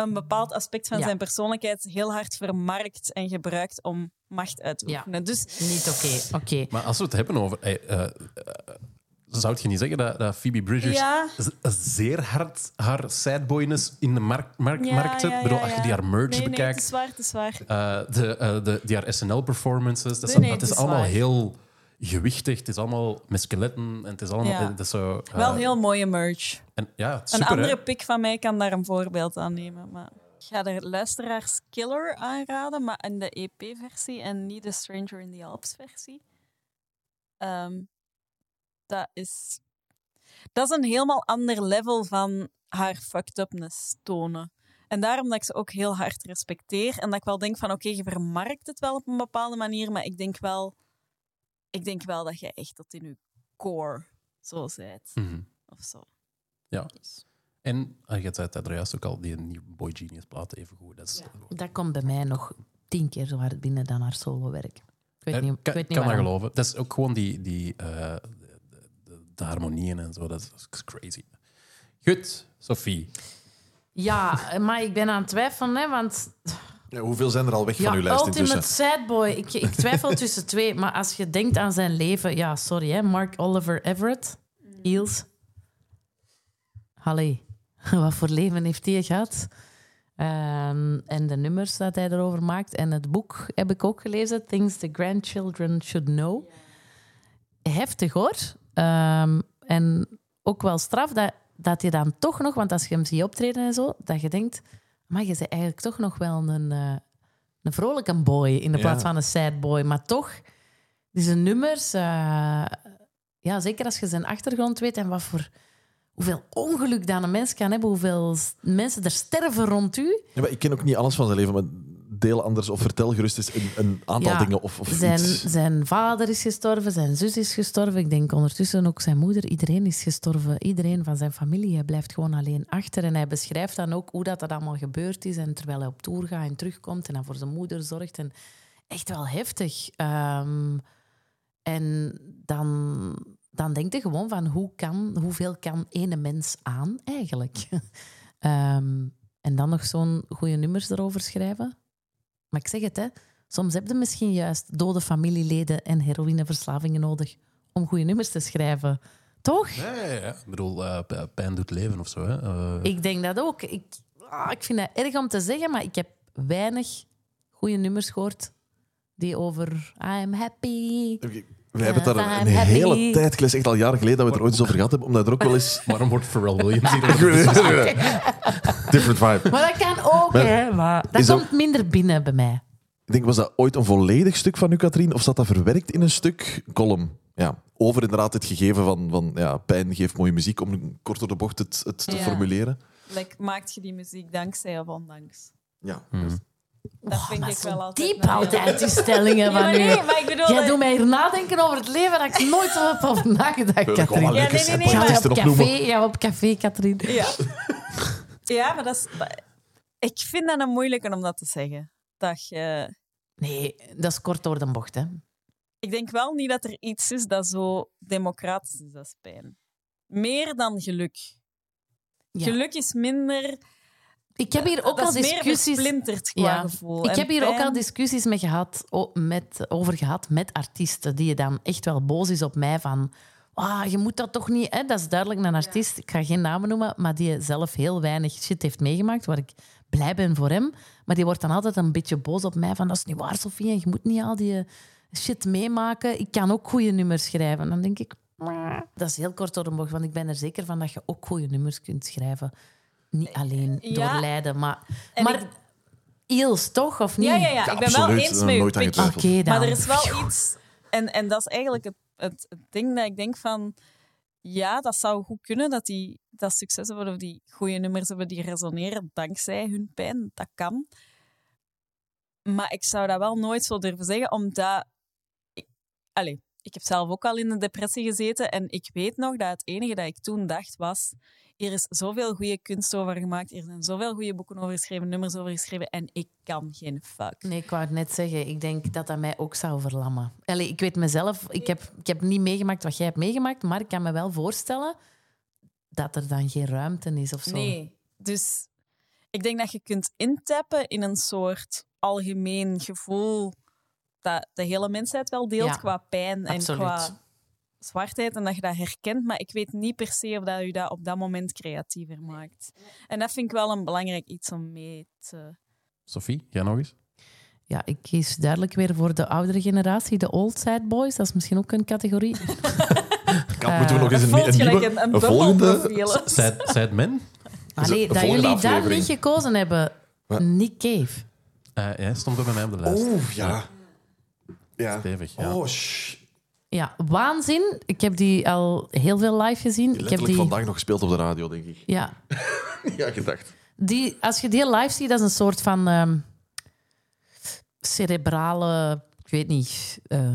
een bepaald aspect van
Ja.
zijn persoonlijkheid heel hard vermarkt en gebruikt om macht uit te
Ja.
oefenen. Dus
Niet oké. Oké.
Maar als we het hebben over... Hey, uh, uh, zou je niet zeggen dat, dat Phoebe Bridgers
Ja.
z- zeer hard haar sideboyness in de markt, markt,
ja,
markt zet?
ja,
Ik bedoel,
ja,
als je
ja.
die haar merch
nee, nee,
bekijkt...
het is waar, het is waar.
Uh, de, uh, de, die haar S N L-performances. Dat, is-
Nee, nee,
dat
het
is
is
allemaal
waar.
heel gewichtig. Het is allemaal met skeletten. En het is allemaal...
Ja.
Het is zo, uh,
Wel heel mooie merch.
En, ja,
Een
super,
andere
hè?
pick van mij kan daar een voorbeeld aan nemen. Maar ik ga de luisteraars Killer aanraden, maar in de E P-versie en niet de Stranger in the Alps-versie. Ehm, dat is... Dat is een helemaal ander level van haar fucked upness tonen. En daarom dat ik ze ook heel hard respecteer. En dat ik wel denk van, oké, je vermarkt het wel op een bepaalde manier, maar ik denk wel, ik denk wel dat je echt tot in je core zo zijt.
Mhm.
Of zo.
Ja. En uh, je zei het daar juist ook al, die nieuwe Boy Genius plaat even goed. Dat, is,
Dat komt bij mij nog tien keer zo hard binnen dan haar solo-werk. Ik weet
Eh,
niet,
kan
ik weet niet
kan dat
waarom.
geloven. Dat is ook gewoon die, die, uh, de, de, de harmonieën en zo. Dat is, dat is crazy. Goed, Sophie.
Ja, maar ik ben aan het twijfelen, hè, want...
Ja, hoeveel zijn er al weg
Ja,
van uw lijst
Ultimate
intussen?
Sadboy. Ik, ik twijfel tussen twee, maar als je denkt aan zijn leven... Ja, sorry, hè, Mark Oliver Everett. Eels. Allee, wat voor leven heeft hij gehad? Ehm, en de nummers dat hij erover maakt. En het boek heb ik ook gelezen. Things the Grandchildren Should Know. Heftig, hoor. Ehm, en ook wel straf dat, dat je dan toch nog... Want als je hem ziet optreden en zo, dat je denkt... Maar je bent eigenlijk toch nog wel een, uh, een vrolijke boy in de
Ja.
plaats van een sad boy. Maar toch, deze nummers... Uh, ja, zeker als je zijn achtergrond weet en wat voor... Hoeveel ongeluk dan een mens kan hebben, hoeveel s- mensen er sterven rond u.
Ja, maar ik ken ook niet alles van zijn leven, maar deel anders of vertel gerust eens een, een aantal
Ja,
dingen of, of
Zijn,
iets.
zijn vader is gestorven, zijn zus is gestorven. Ik denk ondertussen ook zijn moeder. Iedereen is gestorven. Iedereen van zijn familie. Hij blijft gewoon alleen achter. En hij beschrijft dan ook hoe dat, dat allemaal gebeurd is. En terwijl hij op tour gaat en terugkomt en dan voor zijn moeder zorgt. En echt wel heftig. Um, en dan, dan denk je gewoon van hoe kan, hoeveel kan ene mens aan eigenlijk? um, en dan nog zo'n goede nummers erover schrijven. Maar ik zeg het, hè. Soms heb je misschien juist dode familieleden en heroïneverslavingen nodig om goede nummers te schrijven. Toch?
Ja, ja, ja. Ik bedoel, uh, pijn doet leven of zo. Hè? Uh...
Ik denk dat ook. Ik, ah, ik vind dat erg om te zeggen, maar ik heb weinig goede nummers gehoord die over I'm happy.
We hebben het daar
I'm
een
happy.
hele tijd geleden, echt al jaren geleden, dat we het er ooit eens over gehad hebben, omdat er ook wel eens...
Waarom wordt Pharrell Williams hier?
Different vibe.
Maar dat kan ook,
Maar
hè. Maar dat
is
komt
dat-
minder binnen bij mij.
Ik denk, was dat ooit een volledig stuk van u, Katrien? Of zat dat verwerkt in een stuk column? Ja, over inderdaad het gegeven van, van ja, pijn geeft mooie muziek, om kort door de bocht het, het te
Ja.
formuleren.
Like, maakt je die muziek dankzij of ondanks?
Ja.
Hmm.
Dat
Oh,
vind
maar
ik
zo
wel altijd...
diep
een heel-
altijd, die stellingen
Ja,
van
maar
u.
nee, maar ik bedoel...
Jij
dat-
doet mij hier nadenken over het leven dat ik nooit zo heb over nagedacht,
Wil ik
Katrien.
allemaal
Ja,
leuke
nee, nee, nee,
Ja,
maar-
artiesten
op
opnoemen.
café, ja, op café, Katrien.
Ja. Ja, maar dat is... Ik vind dat een moeilijke om dat te zeggen. Dat je...
Nee, dat is kort door de bocht, hè.
Ik denk wel niet dat er iets is dat zo democratisch is als pijn. Meer dan geluk.
Ja.
Geluk is minder...
Ik heb hier ook
dat
al
is meer
discussies...
versplinterd qua
Ja.
gevoel.
Ik
En
heb hier ook
pijn-
al discussies mee gehad, o- met, over gehad met artiesten die je dan echt wel boos is op mij van... Ah, je moet dat toch niet... Hè? Dat is duidelijk een artiest, ik ga geen namen noemen, maar die zelf heel weinig shit heeft meegemaakt, waar ik blij ben voor hem. Maar die wordt dan altijd een beetje boos op mij van dat is niet waar, Sofie, en je moet niet al die shit meemaken. Ik kan ook goede nummers schrijven. Dan denk ik... Dat is heel kort door de bocht, want ik ben er zeker van dat je ook goede nummers kunt schrijven. Niet alleen
Ja.
door lijden, maar...
En
maar
ik-
Iels, toch? Of niet?
Ja, ja, ja.
Ja,
ik ben wel
absoluut.
eens
Eh,
met uw
nooit aan
pitch.
getwijfeld.
Oké, dan.
Maar er is wel iets... En, en dat is eigenlijk het, het, het ding dat ik denk van... Ja, dat zou goed kunnen, dat die dat succes hebben of die goede nummers hebben die resoneren dankzij hun pijn. Dat kan. Maar ik zou dat wel nooit zo durven zeggen, omdat... Ik, allez, ik heb zelf ook al in een depressie gezeten en ik weet nog dat het enige dat ik toen dacht was... Er is zoveel goede kunst over gemaakt, er zijn zoveel goede boeken over geschreven, nummers over geschreven en ik kan geen fuck.
Nee, ik wou het net zeggen. Ik denk dat dat mij ook zou verlammen. Allee, ik weet mezelf, ik heb, ik heb niet meegemaakt wat jij hebt meegemaakt, maar ik kan me wel voorstellen dat er dan geen ruimte is of zo.
Nee, dus Ik denk dat je kunt intappen in een soort algemeen gevoel dat de hele mensheid wel deelt
Ja,
qua pijn
absoluut.
en qua zwartheid en dat je dat herkent, maar ik weet niet per se of dat je dat op dat moment creatiever maakt. En dat vind ik wel een belangrijk iets om mee te...
Sophie, jij nog eens?
Ja, ik kies duidelijk weer voor de oudere generatie, de old sad boys. Dat is misschien ook een categorie.
Kan, moeten we nog eens een,
voelt
een
gelijk
nieuwe,
een, een
een volgende...
bubbelprofiel.
Sad, sad Men?
Allee,
de
dat
volgende
jullie dat
aflevering.
niet gekozen hebben.
Wat?
Nick Cave.
Uh, ja, stond ook bij mij op de lijst.
Oeh, ja. Ja.
Stevig, ja.
Oh, shh.
Ja, waanzin. Ik heb die al heel veel live gezien. Ik heb
Letterlijk
die...
vandaag nog gespeeld op de radio, denk ik.
Ja,
Ja, gedacht.
die, als je die live ziet, dat is een soort van ehm, cerebrale, ik weet niet, ehm,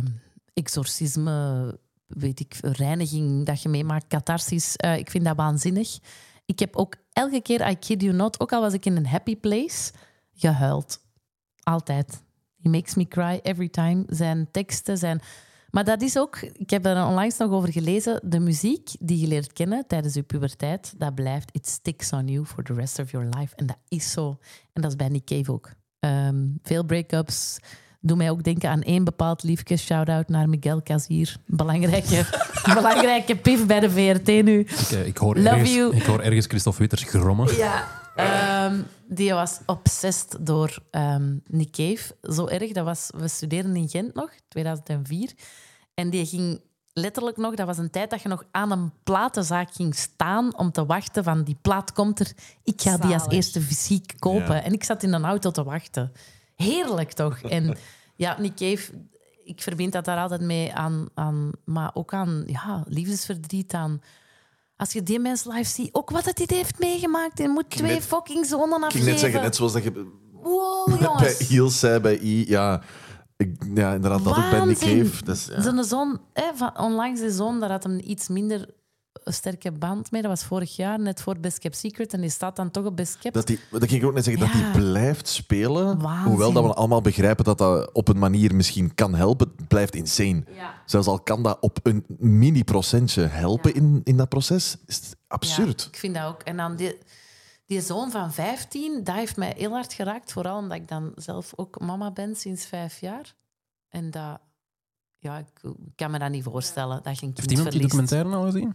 exorcisme, weet ik, reiniging dat je meemaakt, catharsis. Eh, ik vind dat waanzinnig. Ik heb ook elke keer, I kid you not, ook al was ik in een happy place, gehuild. Altijd. He makes me cry every time. Zijn teksten zijn... Maar dat is ook, ik heb er onlangs nog over gelezen, de muziek die je leert kennen tijdens je puberteit, dat blijft, it sticks on you for the rest of your life. En dat is zo. En dat is bij Nick Cave ook. Ehm, veel break-ups. Doe mij ook denken aan één bepaald liefje. Shout-out naar Miguel Casier. Belangrijke, belangrijke pif bij de V R T nu.
Ik, eh, ik, hoor
Love
ergens,
you.
ik hoor ergens Christophe Witters grommen.
Ja. Ehm, die was obsessed door ehm, Nick Cave. Zo erg, dat was... We studeerden in Gent nog, tweeduizend vier. En die ging letterlijk nog... Dat was een tijd dat je nog aan een platenzaak ging staan om te wachten van die plaat komt er. Ik ga die als
Zalig.
eerste fysiek kopen.
Ja.
En ik zat in een auto te wachten. Heerlijk toch? En ja, Nick Cave... Ik verbind dat daar altijd mee aan... aan maar ook aan ja, liefdesverdriet, aan... Als je die mens live ziet, ook wat het hij heeft meegemaakt. Hij moet twee
net-
fucking zonen
Ik ging
afgeven.
net zeggen, net zoals dat je
Wow,
bij
jongens.
Hiels zei, bij I. Ja, ik, ja inderdaad, dat ook bij Nick
Waanzin.
Cave. Dus, ja.
Zijn zoon, hè, van, onlangs de zoon, daar had hem iets minder een sterke band mee. Dat was vorig jaar, net voor Best Kept Secret. En die staat dan toch op Best Kept.
Dat, die, dat ging ik ook net zeggen,
Ja.
dat hij blijft spelen.
Waanzin.
Hoewel dat we allemaal begrijpen dat dat op een manier misschien kan helpen. Het blijft insane.
Ja.
Zelfs al kan dat op een mini-procentje helpen in, in dat proces, is het absurd.
Ja, ik vind dat ook. En dan die, die zoon van vijftien, dat heeft mij heel hard geraakt. Vooral omdat ik dan zelf ook mama ben sinds vijf jaar. En dat... Ja, ik ik kan me dat niet voorstellen. Dat je een kind
Heeft iemand die
verliest.
documentaire al gezien?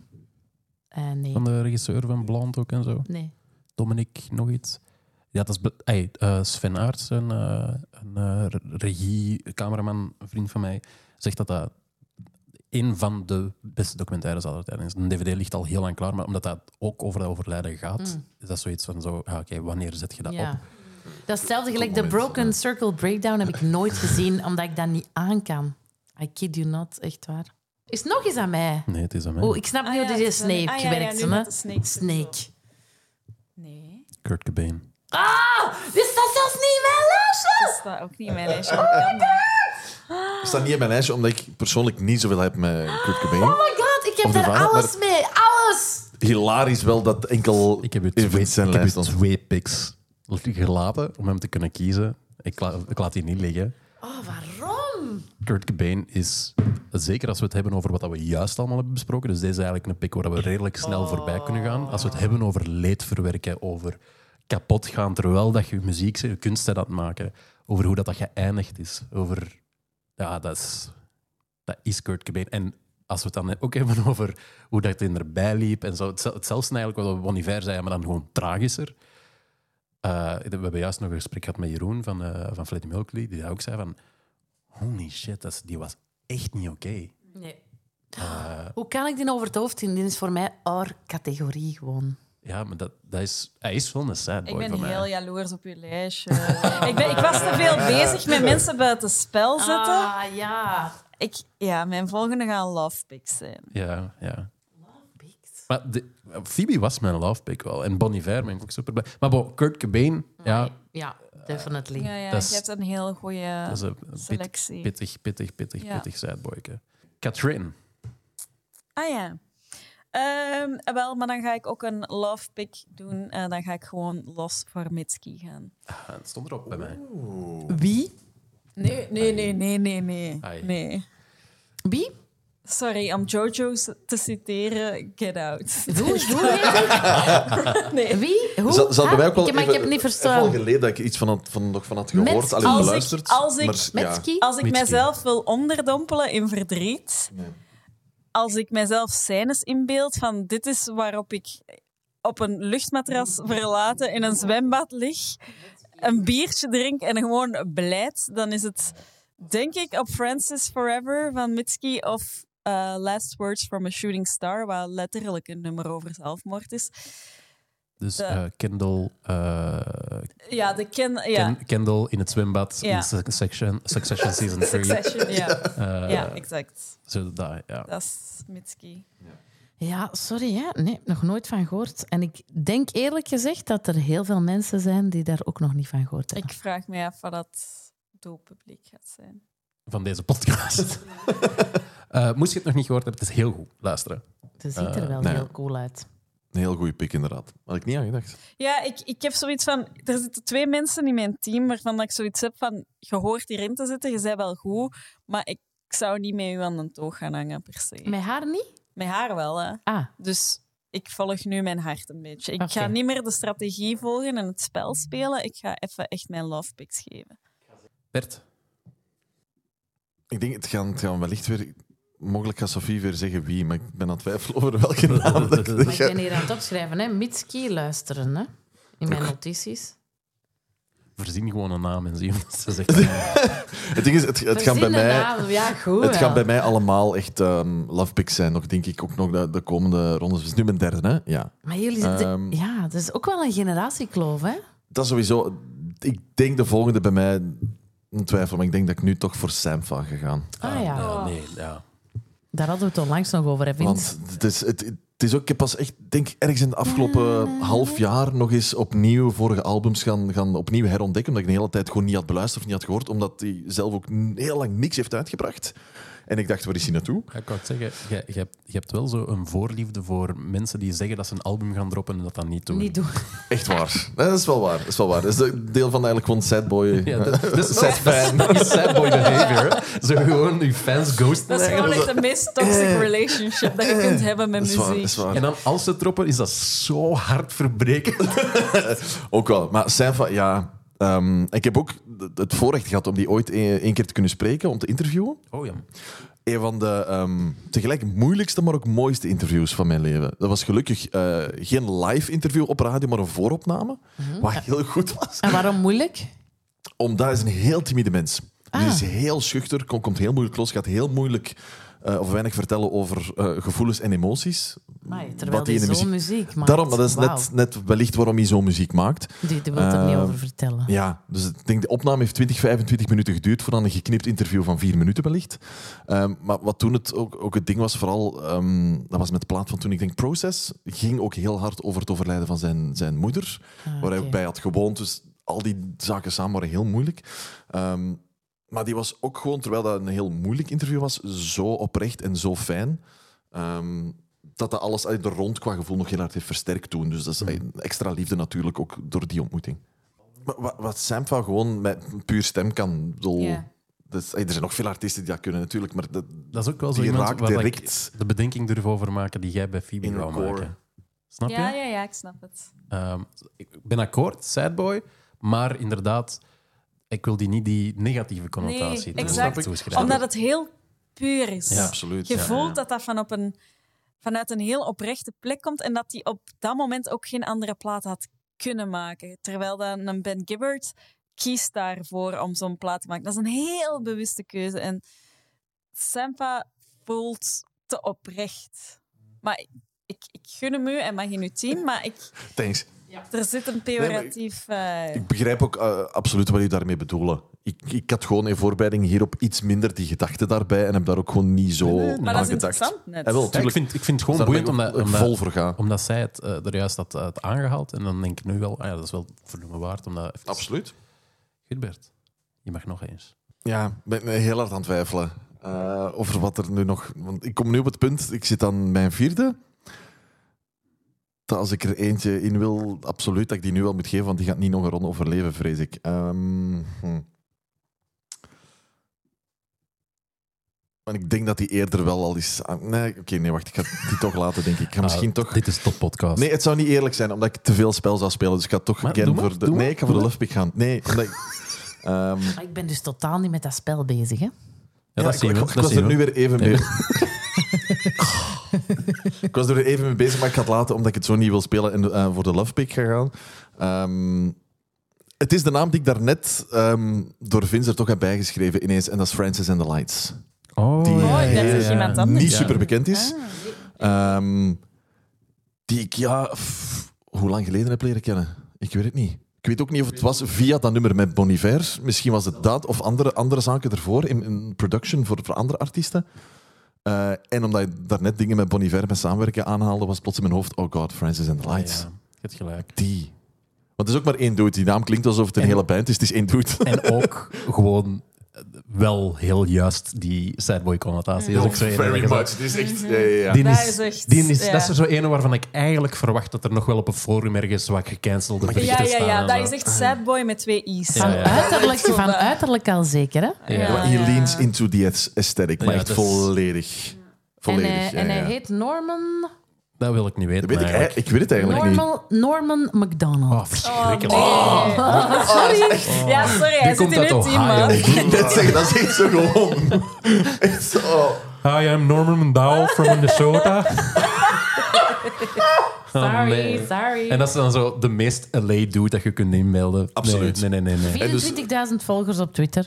Eh, nee.
Van de regisseur van Blond ook en zo.
Nee.
Dominic, nog iets. Ja, dat is be- hey, eh, Sven Aerts, een, uh, een uh, regie, cameraman, een vriend van mij, zegt dat dat een van de beste documentaires aller tijden is. Een D V D ligt al heel lang klaar, maar omdat dat ook over dat overlijden gaat,
Mm.
is dat zoiets van zo, ja, oké, wanneer zet je dat
Ja.
op?
Dat is hetzelfde gelijk de Broken Circle Breakdown heb ik nooit gezien, omdat ik dat niet aan kan. I kid you not, echt waar. Is het nog eens aan mij?
Nee, het is aan mij.
Oh, ik snap niet
Ah,
hoe
ja,
deze
het is een-
Snake
ah, ja, ja,
werkt.
nu
hè?
met de Snake.
Snake.
Nee,
Kurt Cobain.
Ah, dit staat zelfs niet in mijn lijstje!
dat staat ook niet in mijn lijstje. Hoe kan dat?
Het staat niet in mijn lijstje, omdat ik persoonlijk niet zoveel heb met Kurt Cobain.
Oh my god, ik heb
Om te
daar
vangen,
alles mee. Alles!
Hilarisch wel dat enkel
Ik heb het
even
twee,
zijn
ik heb
lijst
het
stond.
twee picks gelaten om hem te kunnen kiezen. Ik, la- ik laat die niet liggen.
Oh, waarom?
Kurt Cobain is, zeker als we het hebben over wat we juist allemaal hebben besproken, dus deze is eigenlijk een pick waar we redelijk snel voorbij kunnen gaan. Als we het hebben over leed verwerken, over kapot gaan terwijl dat je muziek, je kunst bent aan het maken, over hoe dat, dat geëindigd is, over... Ja, dat is, dat is Kurt Cobain. En als we het dan ook hebben over hoe dat in erbij liep en zo, hetzel- hetzelfde eigenlijk wat Bon Iver zei, maar dan gewoon tragischer. Uh, we hebben juist nog een gesprek gehad met Jeroen van, uh, van Freddie Mercury, die ook zei van holy shit, dat is, die was echt niet oké.
Nee.
Uh,
Hoe kan ik die over het hoofd zien? Dit is voor mij our categorie gewoon.
ja, maar dat, dat is, hij is wel een sad boy
Ik ben
voor mij.
heel jaloers op je lijstje. ik, ben, ik was te veel bezig met mensen buiten spel zetten.
Ah, ja.
Ik, ja, mijn volgende gaan love picks zijn.
Ja, ja. Maar de, Phoebe was mijn love pick wel. En Bon Iver ben ik ook super blij. Maar bon, Kurt Cobain, ja,
Ja, definitely.
Ja, ja,
Dat is-
je hebt een heel goede
dat is een pit-
selectie.
pittig, pittig, pittig,
Ja.
pittig sad boyke. Catherine.
Ah ja. Ehm, wel, maar dan ga ik ook een love pick doen. En dan ga ik gewoon los voor Mitski gaan.
Ah, het stond erop bij mij.
Wie?
Nee, nee, nee, nee, nee, nee.
Ai.
nee.
Wie?
Sorry, om Jojo te citeren, Get Out.
Hoe, hoe heet het?
Nee.
Wie? Hoe?
Zal, zal bij mij ook wel
ik, maar ik
even-
heb het niet
even al
verstaan.
geleden dat ik iets van, het, van, nog van had
Met-
gehoord, alleen
als ik-
geluisterd.
als ik-
maar, ja.
Metski?
Als ik
Mitski.
mezelf wil onderdompelen in verdriet,
Nee.
als ik mezelf scènes inbeeld van dit is waarop ik op een luchtmatras verlaten in een zwembad lig, een biertje drink en gewoon blijd, dan is het denk ik op Francis Forever van Mitski of uh, Last Words from a Shooting Star, wat letterlijk een nummer over zelfmoord is.
Dus
De-
eh, Kendall, eh,
Ja, de ken... Ja.
Dus
Ken- Kendall in het zwembad
Ja.
in Succession, Succession Season drie.
Succession, ja.
Eh,
Ja, exact.
Zo dat, ja.
Dat is Mitski.
Ja, sorry, hè? Nee, nog nooit van gehoord. En ik denk eerlijk gezegd dat er heel veel mensen zijn die daar ook nog niet van gehoord hebben.
Ik vraag me af wat dat doelpubliek gaat zijn.
Van deze podcast. Eh, moest je het nog niet gehoord hebben, het is heel goed. Luisteren.
Het ziet er wel
nee.
heel cool uit.
Een heel goede pick, inderdaad. Had ik niet aan gedacht.
Ja, ik, ik heb zoiets van... Er zitten twee mensen in mijn team waarvan ik zoiets heb van... Je hoort hierin te zitten, je bent wel goed, maar ik zou niet met u aan de toog gaan hangen, per se.
Met haar niet?
Met haar wel, hè.
Ah,
Dus ik volg nu mijn hart een beetje. Ik
Oké.
ga niet meer de strategie volgen en het spel spelen. Ik ga even echt mijn love picks geven.
Bert,
Ik denk, het gaan, het gaan wellicht weer... Mogelijk gaat Sophie weer zeggen wie, maar ik ben aan het twijfelen over welke naam. dat ik
maar ik
ga-
ben hier aan het opschrijven, hè? Mitski luisteren, hè? In mijn notities.
verzin gewoon een naam en zie wat ze zegt.
Het ding is, het, het gaan bij
Verzin een
mij...
naam. Ja, goed.
Het
ja.
gaan bij mij allemaal echt um, love picks zijn, nog, denk ik, ook nog de, de komende rondes. Het is nu mijn derde, hè? Ja.
Maar jullie zitten...
Ehm.
Ja, dat is ook wel een generatiekloof, hè?
Dat is sowieso... Ik denk de volgende bij mij... Een twijfel, maar ik denk dat ik nu toch voor Sampha ga gaan.
Ah ja,
Ja, nee, ja.
daar hadden we het onlangs nog over, hè, Vince?
Want het is, het, het is ook... Ik heb pas echt, denk ergens in het afgelopen half jaar nog eens opnieuw vorige albums gaan, gaan opnieuw herontdekken, omdat ik de hele tijd gewoon niet had beluisterd of niet had gehoord, omdat hij zelf ook heel lang niks heeft uitgebracht. En ik dacht, waar is hij naartoe?
Ja, ik wou het zeggen, je, je, hebt, je hebt wel zo een voorliefde voor mensen die zeggen dat ze een album gaan droppen en dat dan niet doen.
Niet doen.
Echt waar. Nee, dat is wel waar. Dat is wel waar. Dat is de- deel van eigenlijk gewoon sad boy.
Ja, dat, dat is
sad fan.
Dat is sad boy behavior. Hè. Zo gewoon je fans ghosten.
Dat is gewoon
eigenlijk.
echt de meest toxic relationship dat je kunt hebben met
Dat is waar. Dat
muziek.
is waar.
En dan als ze droppen, is dat zo hard verbrekend.
Ook wel. Maar Sampha, ja... ehm, ik heb ook het voorrecht gehad om die ooit één keer te kunnen spreken, om te interviewen.
Oh ja.
Een van de ehm, tegelijk moeilijkste, maar ook mooiste interviews van mijn leven. Dat was gelukkig eh, geen live interview op radio, maar een vooropname. Wat heel goed was.
En waarom moeilijk?
Omdat hij is een heel timide mens. Hij
Ah.
is heel schuchter, komt, komt heel moeilijk los, gaat heel moeilijk eh, of weinig vertellen over eh, gevoelens en emoties.
Amai, terwijl
Wat hij
die
in de
zo'n
muziek-
muziek maakt.
Daarom, maar dat is
Wauw.
net, net wellicht waarom hij zo'n muziek maakt.
Die, die wil er niet
Eh,
over vertellen.
Ja, dus ik denk de opname heeft twintig, vijfentwintig minuten geduurd voor dan een geknipt interview van vier minuten wellicht. Ehm, maar wat toen het ook, ook het ding was, vooral, ehm, dat was met de plaat van toen, ik denk Process, ging ook heel hard over het overlijden van zijn, zijn moeder,
Ah,
waar hij
oké.
ook bij had gewoond. Dus al die zaken samen waren heel moeilijk. Ehm, maar die was ook gewoon, terwijl dat een heel moeilijk interview was, zo oprecht en zo fijn. ehm, dat dat alles uit de rond qua gevoel nog heel hard heeft versterkt toen. Dus dat is een extra liefde natuurlijk ook door die ontmoeting. Maar wat, wat Sampha gewoon met puur stem kan. Ik bedoel,
Ja.
dat is- er zijn nog veel artiesten die dat kunnen natuurlijk, maar dat,
Dat is ook wel zo
Die
iemand
raakt
waar
direct
ik de bedenking durf over maken die jij bij Phoebe
in de
wou
core.
maken. Snap je?
Ja, ja, ja, ik snap het.
Ehm, ik ben akkoord, sad boy, maar inderdaad, ik wil die niet die negatieve connotatie
Nee,
toe-
exact.
toeschrijven.
Omdat het heel puur is.
Ja, absoluut.
Je
Ja.
voelt dat dat van op een, vanuit een heel oprechte plek komt en dat hij op dat moment ook geen andere plaat had kunnen maken. Terwijl dan een Ben Gibbard kiest daarvoor om zo'n plaat te maken. Dat is een heel bewuste keuze. En Sampha voelt te oprecht. Maar ik, ik, ik gun hem u en mag in uw team, maar ik,
Thanks.
er zit een pejoratief... eh,
Ik begrijp ook uh, absoluut wat je daarmee bedoelen. Ik, ik had gewoon in voorbereiding hierop iets minder die gedachten daarbij en heb daar ook gewoon niet zo
nee, nee.
maar
aan
dat is
gedacht.
interessant net.
Ja, wel,
Ja, ik,
tuurlijk.
vind, ik vind het
Dus
gewoon
daar
boeiend
ben ik
omdat,
ook
omdat,
vol voor gaan.
omdat zij het eh, er juist had, had aangehaald. En dan denk ik nu wel, ah ja, dat is wel vernoemen waard. Omdat,
Absoluut.
Gilbert, je mag nog eens.
Ja, ik ben heel hard aan het twijfelen uh, over wat er nu nog... Want ik kom nu op het punt, ik zit aan mijn vierde. Dat als ik er eentje in wil, absoluut dat ik die nu wel moet geven, want die gaat niet nog een ronde overleven, vrees ik. Um, hm. Maar ik denk dat die eerder wel al is... ah, Nee, oké, okay, nee, wacht. Ik ga die toch laten, denk ik. Ik ga misschien
Ah,
toch...
Dit is top podcast.
Nee, het zou niet eerlijk zijn, omdat ik te veel spel zou spelen. Dus ik ga toch
Maar
again
doe maar,
voor de...
doe maar,
Nee, ik ga
doe
voor de
maar.
Love Pick gaan. Nee, omdat ik... ehm,
Maar ik ben dus totaal niet met dat spel bezig, hè?
Ja,
ja,
dat
ik,
zien we.
ik, ik
dat
was
zien
er
we.
nu weer even
Nee.
mee... ik was er weer even mee bezig, maar ik ga het laten omdat ik het zo niet wil spelen en uh, voor de Love Pick ga gaan. Ehm, het is de naam die ik daarnet um, door Vince er toch heb bijgeschreven ineens. En dat is Francis and the Lights.
Oh,
Die-
Oh, ik dacht dat iemand anders.
Niet
Ja.
super bekend is.
Ah.
Ehm, die ik, ja... pff, hoe lang geleden heb leren kennen? Ik weet het niet. Ik weet ook niet of het was via dat nummer met Bon Iver. Misschien was het dat of andere, andere zaken ervoor in, in production voor, voor andere artiesten. Uh, en omdat je daarnet dingen met Bon Iver met samenwerken aanhaalde, was plots in mijn hoofd, oh god, Francis and the Lights.
Ja, je hebt gelijk.
Die. Want het is ook maar één dude. Die naam klinkt alsof het een
En-
hele band is. Het is één dude.
En ook gewoon wel heel juist die Sadboy connotatie. Dat is ook zo
Very
ene dat je
much. Het is echt... Ja, ja, ja.
Die
Dat
is,
is echt-
die is,
ja.
Dat is er zo ene waarvan ik eigenlijk verwacht dat er nog wel op een forum ergens wat gecancelde
Ja,
berichten
ja,
staan.
ja,
en
dat
zo.
is echt Sadboy met twee i's.
Ja,
Van,
ja.
uiterlijk,
Echt zo
van
dat-
uiterlijk al zeker, hè?
Ja.
Ja.
Maar he leans into the aesthetic. Maar
Ja,
echt
dat is-
volledig.
En,
Volledig,
hij,
ja,
en hij
ja.
heet Norman...
Dat wil ik niet weten.
Dat weet ik,
eigenlijk.
ik weet het eigenlijk niet.
Norman, Norman McDonald.
Oh, verschrikkelijk.
Sorry. Ja, sorry, hij
Die komt
zit in
uit
het team,
Ohio.
man.
Ik net zeggen, dat is echt zo gewoon. Echt zo.
Hi, I'm Norman McDowell from Minnesota.
Sorry,
nee.
sorry.
En dat is dan zo de meest L A dude dat je kunt inbeelden.
Absoluut.
Nee, nee, nee. nee, nee.
vierentwintigduizend volgers op Twitter.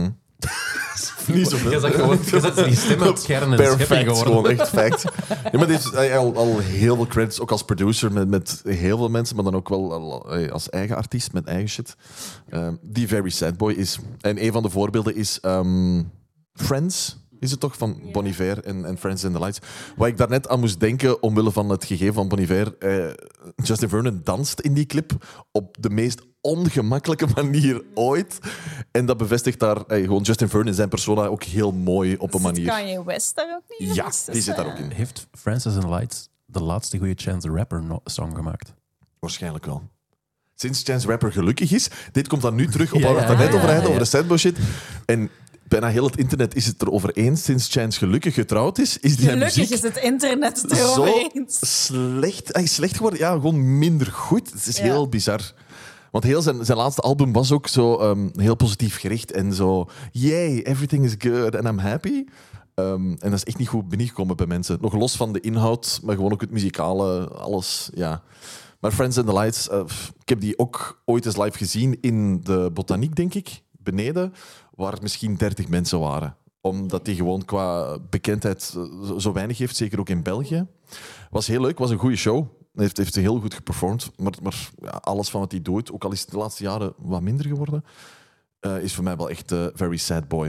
Niet zoveel.
Je zegt gewoon, je zet die stem uit het scherm en
Per
schepping
fact,
geworden.
gewoon echt fact. Ja, maar dit is eh, al, al heel veel credits, ook als producer met, met heel veel mensen, maar dan ook wel al, eh, als eigen artiest met eigen shit. Uh, die Very Sad Boy is. En een van de voorbeelden is um, Friends. Is het toch van Bon Iver en, en Friends and the Lights? Waar ik daarnet aan moest denken, omwille van het gegeven van Bon Iver. Eh, Justin Vernon danst in die clip op de meest ongemakkelijke manier ooit. En dat bevestigt daar eh, gewoon Justin Vernon zijn persona ook heel mooi op een
Zit
manier.
Kanye West daar ook niet in?
Ja,
Dus dat
die
is,
zit daar
eh,
ook in.
Heeft Francis and the Lights de laatste goede Chance the Rapper no- song gemaakt?
Waarschijnlijk wel. Sinds Chance Rapper gelukkig is. Dit komt dan nu terug op
Ja,
waar we
ja,
het daarnet
ja,
over hadden,
ja.
over de sad boy shit. En bijna heel het internet is het erover eens. Sinds Chance gelukkig getrouwd is, is die
Gelukkig
muziek
is het internet het
zo
erover eens.
slecht, ay, slecht geworden. Ja, gewoon minder goed. Het is
Ja.
heel bizar. Want heel zijn, zijn laatste album was ook zo um, heel positief gericht. En zo, yay, everything is good and I'm happy. Um, en dat is echt niet goed binnengekomen bij mensen. Nog los van de inhoud, maar gewoon ook het muzikale, alles, ja. Maar Friends and the Lights, uh, ik heb die ook ooit eens live gezien in de Botaniek, denk ik, beneden, waar er misschien dertig mensen waren. Omdat die gewoon qua bekendheid uh, zo weinig heeft, zeker ook in België. Was heel leuk, was een goede show. Hij heeft, heeft heel goed geperformed. Maar, maar ja, alles van wat hij doet, ook al is het de laatste jaren wat minder geworden, uh, is voor mij wel echt uh, Very Sad Boy.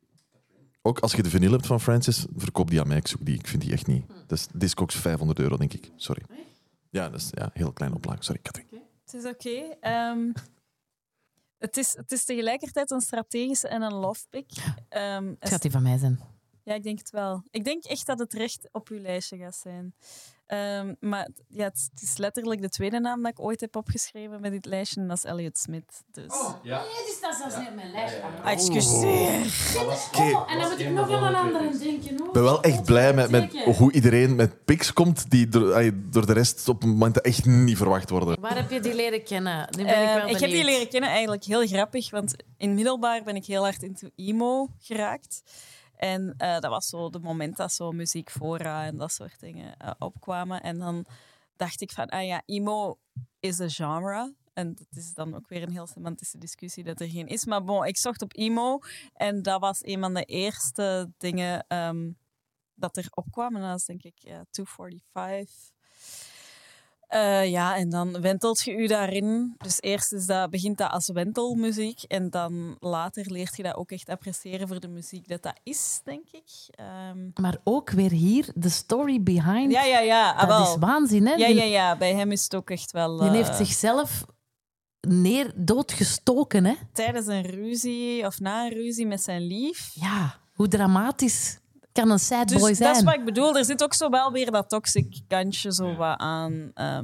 Ook als je de vinyl hebt van Francis, verkoop die aan mij. Ik zoek die. Ik vind die echt niet. Dat is Discogs vijfhonderd euro, denk ik. Sorry. Ja, dat is ja, een heel klein oplaag. Sorry, Katrien.
Het is oké. Ehm, het, is, het is tegelijkertijd een strategische en een love pick. Ehm,
Het gaat die van mij zijn.
Ja, ik denk het wel. Ik denk echt dat het recht op uw lijstje gaat zijn. Um, maar ja, het, het is letterlijk de tweede naam dat ik ooit heb opgeschreven met dit lijstje. En dat is Elliot Smith. Dus.
Nee, dus dat is zelfs niet op mijn lijstje.
Ah, excuseer.
Oh, en dan moet ik nog aan een andere denken.
Ik ben wel echt blij met, met hoe iedereen met picks komt die door, ay, door de rest op momenten echt niet verwacht worden.
Waar heb je die leren kennen? Nu ben ik
Uh,
wel
ik heb die
benieuwd.
leren kennen eigenlijk heel grappig, want in middelbaar ben ik heel hard into emo geraakt. En uh, dat was zo de moment dat zo muziekfora en dat soort dingen uh, opkwamen. En dan dacht ik van, ah ja, emo is een genre. En dat is dan ook weer een heel semantische discussie dat er geen is. Maar bon, ik zocht op emo en dat was een van de eerste dingen um, dat er opkwam. En dat was denk ik ja, tweehonderdvijfenveertig. Uh, ja, en dan wentelt je u daarin. Dus eerst is dat, begint dat als wentelmuziek. En dan later leert je dat ook echt appreciëren voor de muziek dat dat is, denk ik. Um...
Maar ook weer hier, de story behind.
Ja, ja, ja. Ah,
dat
wel.
is waanzin, hè?
Ja,
Die-
ja, ja. Bij hem is het ook echt wel...
Die
uh,
heeft zichzelf neer, doodgestoken, hè?
tijdens een ruzie of na een ruzie met zijn lief.
Ja, hoe dramatisch kan een sad
Dus
boy
dat
zijn?
is wat ik bedoel. Er zit ook zo wel weer dat toxic kantje zo wat aan. Um,
Ik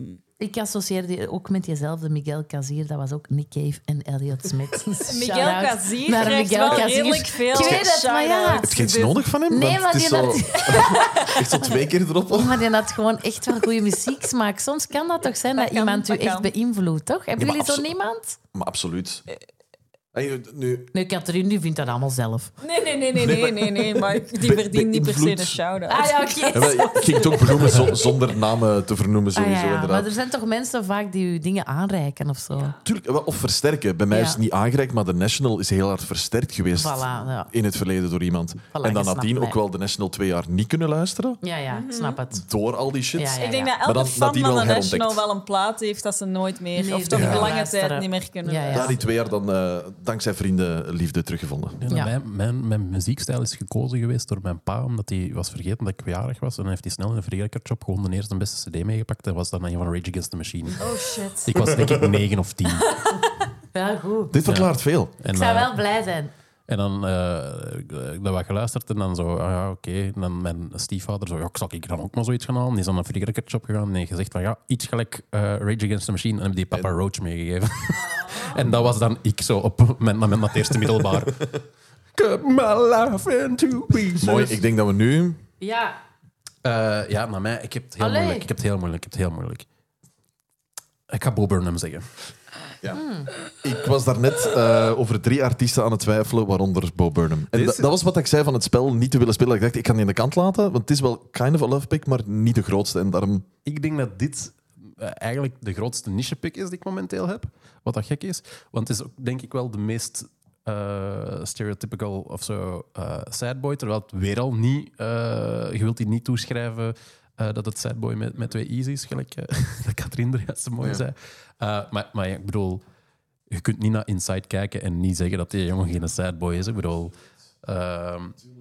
ik associeer die ook met jezelfde Miguel Cazier. Dat was ook Nick Cave en Elliot Smith.
Miguel
Shout-out
Cazier
naar
krijgt
Miguel
wel
Cazier.
redelijk veel
Ik weet het, maar ja.
shout-outs.
Heb je iets nodig van hem?
Nee,
Want
maar
het is
die
zo,
had-
echt zo twee keer erop.
Maar die had gewoon echt wel goede muzieksmaak. Soms kan dat toch zijn dat,
Dat kan,
iemand u
dat
echt
kan.
beïnvloedt, toch? Hebben
Ja, maar
jullie zo
abso-
niemand?
Maar absoluut. Hey, nu,
Nee, Catherine die vindt dat allemaal zelf.
Nee, nee, nee, nee, nee, nee, nee, maar die
Be-
verdient niet per se
beïnvloed.
de shout-out.
Ah ja, oké.
ja, maar ik ging het ook benoemen zo- zonder namen te vernoemen,
Ah,
sowieso.
ja, ja.
inderdaad.
Maar er zijn toch mensen vaak die u dingen aanreiken of zo?
Tuurlijk, wel, of versterken. Bij mij
Ja.
is het niet aangereikt, maar de National is heel hard versterkt geweest
Voilà, ja.
in het verleden door iemand. en dan
je snapt
nadien
mij.
ook wel de National twee jaar niet kunnen luisteren
Ja, ja, ik snap het.
door al die shit.
Ja, ja.
Ik denk dat
Maar
elke
dan
fan
nadien
van
wel
de
herontdekt.
National wel een plaat heeft dat ze nooit meer,
Nee,
of toch
ja.
lange
luisteren.
tijd niet meer kunnen.
Ja, ja.
Na die twee jaar dan eh, dankzij vrienden liefde teruggevonden.
Ja,
Ja.
Mijn, mijn, mijn muziekstijl is gekozen geweest door mijn pa, omdat hij was vergeten dat ik jarig was. En dan heeft hij snel in een free-record-shop gewoon de eerste beste cd meegepakt. Dat was dan een van Rage Against the Machine.
Oh shit.
Ik was denk ik negen of tien.
Wel goed.
Dit verklaart veel.
En,
Ik zou
eh,
wel blij zijn.
En dan uh, dat wat geluisterd en dan zo, ah ja, oké. Okay. En dan mijn stiefvader zo, ja, ik zal ik dan ook maar zoiets gaan halen. Die is dan naar een free-record shop gegaan en gezegd van, ja, iets gelijk uh, Rage Against the Machine. En heb die Papa Roach meegegeven. en dat was dan ik zo op mijn moment naar het eerste middelbaar. Cut my life into pieces.
Mooi, ik denk dat we nu...
Ja.
Uh, ja, maar mij, ik heb het heel
Allee.
moeilijk. Ik heb het heel moeilijk. Ik heb het heel moeilijk. Ik ga Bo Burnham zeggen.
Ja. Ik was daarnet uh, over drie artiesten aan het twijfelen, waaronder Bo Burnham. En
Dit-
da- dat was wat ik zei van het spel niet te willen spelen. Ik dacht, ik kan die aan de kant laten, want het is wel kind of a love pick, maar niet de grootste. En daarom...
Ik denk dat dit uh, eigenlijk de grootste niche-pick is die ik momenteel heb. Wat dat gek is. Want het is ook, denk ik, wel de meest uh, stereotypical of zo uh, sadboy. Terwijl het weer al niet... Uh, je wilt die niet toeschrijven uh, dat het sadboy met, met twee e's is, gelijk uh, dat Katrien er juist zo mooi
Ja.
zei. Uh, maar, maar ja, ik bedoel... Je kunt niet naar Inside kijken en niet zeggen dat die jongen geen sadboy is. Ik bedoel... Uh,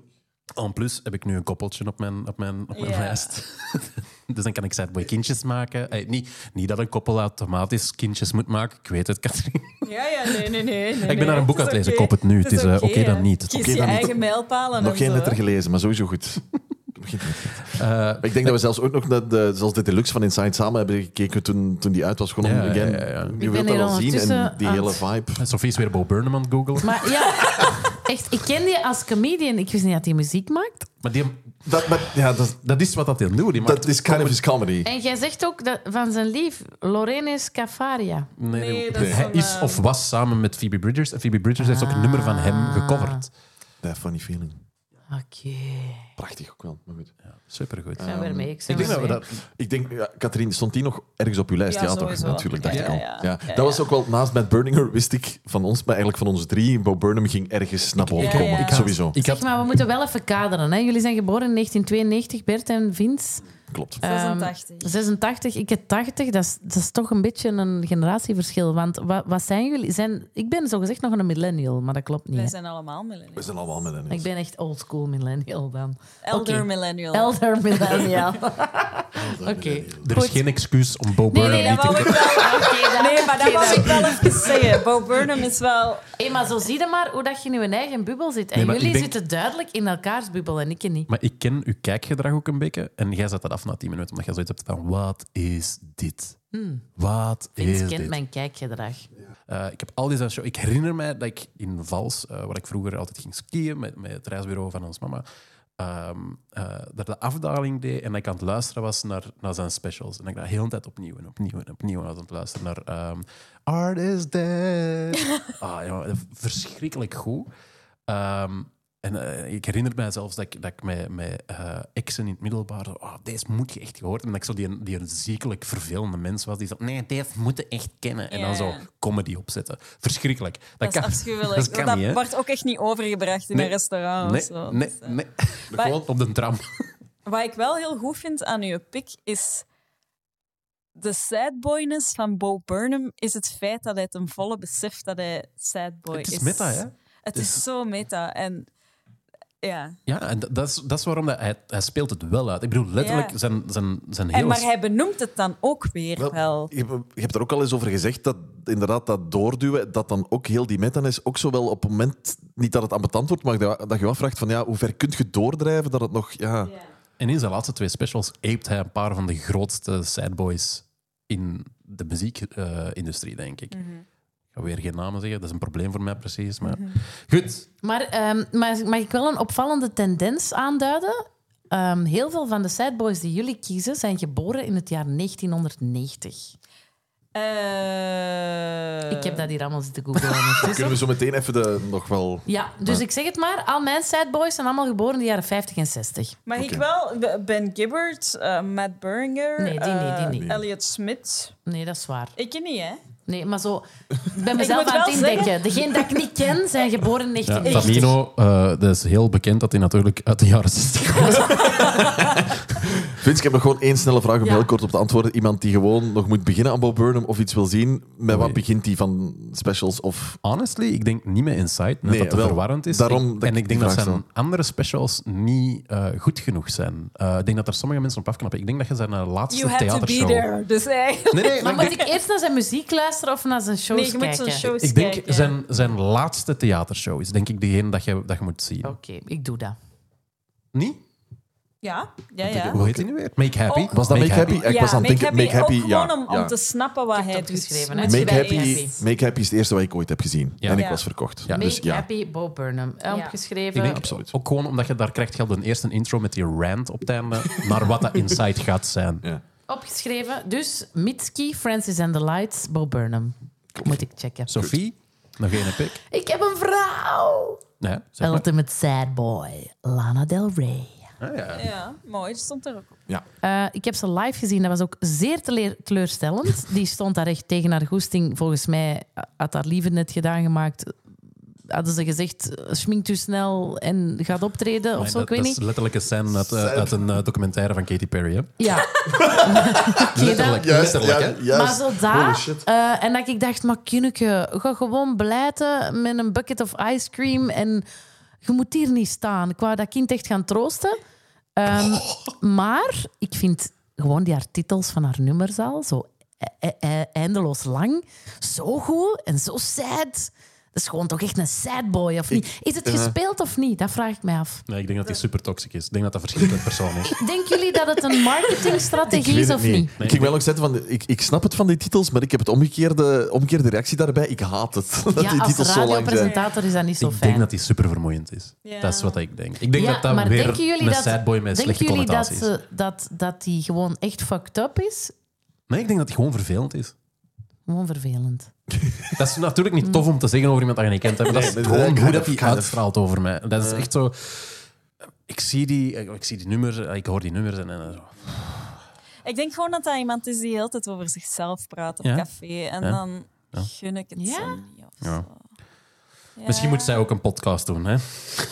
en plus heb ik nu een koppeltje op mijn, op mijn, op mijn
Ja.
lijst. Dus dan kan ik sadboy kindjes maken. Eh, niet, niet dat een koppel automatisch kindjes moet maken. Ik weet het, Katrien.
Ja, ja, nee, nee, nee. nee
Ik ben naar een boek aan het lezen. Ik koop het nu. Het is eh, oké dan niet.
Kies
Oké
je
dan niet.
eigen mijlpalen
Nog
en
geen
zo,
letter
hè.
gelezen, maar sowieso goed. Nog geen letter.
Eh,
Maar ik denk dat we zelfs ook nog naar de, zelfs de deluxe van Inside samen hebben gekeken toen, toen die uit was. Gewoon
Ja,
om, again,
ja, ja, ja.
je
Ik
wilt
ben
dat
hier
wel zien en
ondertussen
die
aan
hele
het-
vibe.
Sophie is weer Bo Burnham aan het googlen. Maar,
Maar ja, echt, ik ken die als comedian. Ik wist niet dat hij muziek maakt.
die,
Dat, maar, ja, dat,
dat is wat dat hij doet. Die maakt
dat is kind of his comedy.
En jij zegt ook dat van zijn lief, Lorene Scafaria.
Nee,
Nee,
die-
dat is
hij
een,
is
eh,
of was samen met Phoebe Bridgers. En Phoebe Bridgers heeft ook een nummer van hem gecoverd.
That funny feeling.
Oké.
Prachtig ook wel, maar goed.
Supergoed.
Ik zijn weer mee. Ik,
Ik
zijn
denk
weer
dat we
mee.
dat...
Ik denk, ja, Katrien, stond die nog ergens op uw lijst?
Ja,
Ja, toch?
sowieso.
Natuurlijk, dacht
Ja,
ik al.
ja,
Ja,
ja.
Dat
Ja,
was
ja.
ook wel, naast Matt Berninger wist ik van ons, maar eigenlijk van ons drie, Bo Burnham ging ergens naar boven
Ja,
komen.
ja.
Ik sowieso.
Ik
Zeg
had,
maar, we moeten wel even kaderen. Hè? Jullie zijn geboren in negentien tweeënnegentig, Bert en Vince.
Klopt.
Ehm,
zesentachtig.
zesentachtig, ik heb tachtig. Dat is, dat is toch een beetje een generatieverschil. Want wat, wat zijn jullie? Zijn, ik ben zogezegd nog een millennial, maar dat klopt niet.
Wij
hè.
zijn allemaal
We
millennials.
zijn allemaal met
Ik ben echt oldschool millennial dan.
Elder
Oké.
millennial.
Elder millennial. Oké.
er is geen excuus om Bo
Nee,
Burnham
nee,
niet
dat
te...
wou ik wel.
Oké, dan-
Nee, maar dat
oké,
wou
dan.
ik wel even zeggen. Bo Burnham is wel...
Hé, maar zo zie je maar hoe dat je in je eigen bubbel zit. En
Nee, maar ik
jullie
denk-
zitten duidelijk in elkaars bubbel en ik niet.
Maar ik ken uw kijkgedrag ook een beetje. En jij zet dat af na tien minuten. Omdat jij zoiets hebt van, wat is dit? Wat
Vince
is
kent
dit?
mijn kijkgedrag.
Uh, ik heb al deze show. Ik herinner mij dat ik in Vals, uh, waar ik vroeger altijd ging skiën met, met het reisbureau van ons mama, um, uh, dat de afdaling deed en dat ik aan het luisteren was naar, naar zijn specials. En dat ik dat de hele tijd opnieuw en opnieuw en opnieuw was aan het luisteren naar um, Art is Dead. Ah, ja, verschrikkelijk goed. Um, En uh, ik herinner mij zelfs dat ik, dat ik met, met uh, exen in het middelbaar... Oh, deze moet je echt gehoord hebben. En dat ik zo die, die een ziekelijk vervelende mens was. Die zo, nee, deze moet je echt kennen. En dan
Ja.
zo comedy opzetten. Verschrikkelijk. Dat,
Dat is
kan,
afschuwelijk.
Dat kan
dat
niet, hè?
wordt ook echt niet overgebracht in
Nee.
een restaurant.
Nee,
of zo.
nee,
Dus, eh,
nee.
Maar-
Gewoon op de tram.
Wat ik wel heel goed vind aan uw pick is... De sadboyness van Bo Burnham is het feit dat hij ten volle beseft dat hij sadboy
Het
is.
is meta, hè?
Het
Dus-
is zo meta. En ja...
Ja, en dat- dat is, dat is waarom dat hij, hij speelt het wel uit. Ik bedoel, letterlijk
Ja.
zijn, zijn, zijn
En,
hele...
maar hij benoemt het dan ook weer wel.
Wel, je, hebt- je hebt er ook al eens over gezegd dat inderdaad dat doorduwen, dat dan ook heel die meta is, ook zo wel op het moment, niet dat het ambetant wordt, maar dat, dat je je afvraagt van ja, hoe ver kun je doordrijven dat het nog... Ja,
En in zijn laatste twee specials aped hij een paar van de grootste sadboys in de muziekindustrie, denk ik.
Mm-hmm.
Ik ga weer geen namen zeggen, dat is een probleem voor mij precies. Maar goed.
Maar um, mag, mag ik wel een opvallende tendens aanduiden? Um, heel veel van de sideboys die jullie kiezen zijn geboren in het jaar negentienhonderdnegentig.
Uh...
Ik heb dat hier allemaal zitten googlen.
Dan kunnen we zo meteen even de, nog wel...
Ja, dus ik zeg het maar. Al mijn sideboys zijn allemaal geboren in de jaren vijftig en zestig.
Mag
Oké.
ik wel? Ben Gibbard, uh, Matt Berninger,
Nee, die niet, die
uh,
niet.
Elliot Smith.
Nee, dat is waar.
Ik niet, hè?
Nee, maar zo... Ik ben mezelf
moet
aan het
wel
indenken.
zeggen-
Degene dat ik niet ken, zijn geboren in
Ja,
negentiennegentig.
Tamino, uh, dat is heel bekend dat hij natuurlijk uit de jaren zestig was.
Vince, ik heb nog gewoon één snelle vraag om
Ja.
heel kort op te antwoorden. Iemand die gewoon nog moet beginnen aan Bo Burnham of iets wil zien, met wat
Oei.
begint hij van specials of...
Honestly, ik denk niet met Inside, net
Nee,
dat het
wel.
verwarrend is.
Daarom
Ik-
dat
en
ik
ik denk
die
dat
vraag
zijn andere specials niet uh, goed genoeg zijn. Uh, ik denk dat er sommige mensen op afknappen. Ik denk dat je zijn uh, laatste
You had to be
theatershow...
there. Dus eigenlijk...
Nee, nee,
Maar
maar
moet ik eerst naar zijn muziek luisteren of naar zijn shows
Nee, je moet
kijken?
zijn shows
ik denk
kijken.
zijn, zijn laatste theatershow is denk ik degene dat je, dat je moet zien.
Oké, ik doe dat.
Niet?
Ja, ja, ja.
Hoe heet hij nu weer? Make Happy.
Ook-
Was dat Make Happy? Ik
Ja,
was aan het denken, Make Happy,
ook
ja.
gewoon om,
ja.
om te snappen wat
Ik heb
hij
het
doet.
opgeschreven, hè.
Moet je
Make
bij
Happy,
eerst-
Make Happy is het eerste wat ik ooit heb gezien.
Ja.
En ik
Ja.
was verkocht.
Ja.
Make
Dus ja.
Happy, Bo Burnham.
Ja.
Opgeschreven.
Ik denk
absoluut.
ook gewoon omdat je daar krijgt je al de eerste intro met die rant op het einde naar wat dat Inside gaat zijn.
Ja.
Opgeschreven. Dus Mitski, Francis and the Lights, Bo Burnham. Moet ik checken.
Sophie, nog één pik.
Ik heb een vrouw.
Nee, zeg maar.
Ultimate Sad Boy, Lana Del Rey.
Ah, ja.
Ja, mooi. Dat stond er ook op.
Uh, ik heb ze live gezien. Dat was ook zeer tele- teleurstellend. Die stond daar echt tegen haar goesting. Volgens mij had haar lieve net gedaan gemaakt. Hadden ze gezegd, schminkt u snel en gaat optreden of
Nee,
zo,
dat,
ik weet
dat is
niet.
letterlijk een scène uit, uh, uit een uh, documentaire van Katy Perry. Hè?
Ja.
Letterlijk,
Juist,
letterlijk.
ja,
hè?
juist.
Maar zo
Holy
daar,
shit.
uh, en dat ik dacht, maar Kunneke, ga gewoon blijten met een bucket of ice cream en je moet hier niet staan. Ik wou dat kind echt gaan troosten. Um, Maar ik vind gewoon die haar titels van haar nummers al zo e- e- eindeloos lang, zo goed en zo sad. Dat is gewoon toch echt een sad boy, of niet? Is het gespeeld of niet? Dat vraag ik mij af.
Nee, ik denk dat hij super toxic is. Ik denk dat dat verschilt per persoon is.
Denken jullie dat het een marketingstrategie
Ik
is
weet
of
het
niet?
Ik ging wel nog zeggen, van, ik, ik snap het van die titels, maar ik heb het omgekeerde, omgekeerde reactie daarbij. Ik haat het. Dat die
Ja, als
titels zo lang zijn.
radiopresentator is dat niet zo
Ik
fijn.
denk dat hij super vermoeiend is.
Ja.
Dat is wat ik denk. Ik denk
Ja,
dat dat
maar
weer
denken jullie
een
dat,
sad boy met
denken
slechte
jullie dat,
connotaties is.
ze, dat, dat die gewoon echt fucked up is?
Nee, ik denk dat hij gewoon vervelend is.
Gewoon vervelend.
Dat is natuurlijk niet tof om te zeggen over iemand dat je niet kent. Hè, maar dat is
Nee,
gewoon
kind
hoe
of,
dat hij
kind of.
uitstraalt over mij. Dat is echt zo... Ik zie die, ik zie die nummers, ik hoor die nummers en... en zo.
Ik denk gewoon dat dat iemand is die heel tijd over zichzelf praat op
Ja?
café. En
Ja?
dan
Ja.
gun ik het
Ja?
zo niet. Of
Ja.
zo. Ja.
Misschien moet zij ook een podcast doen. Hè?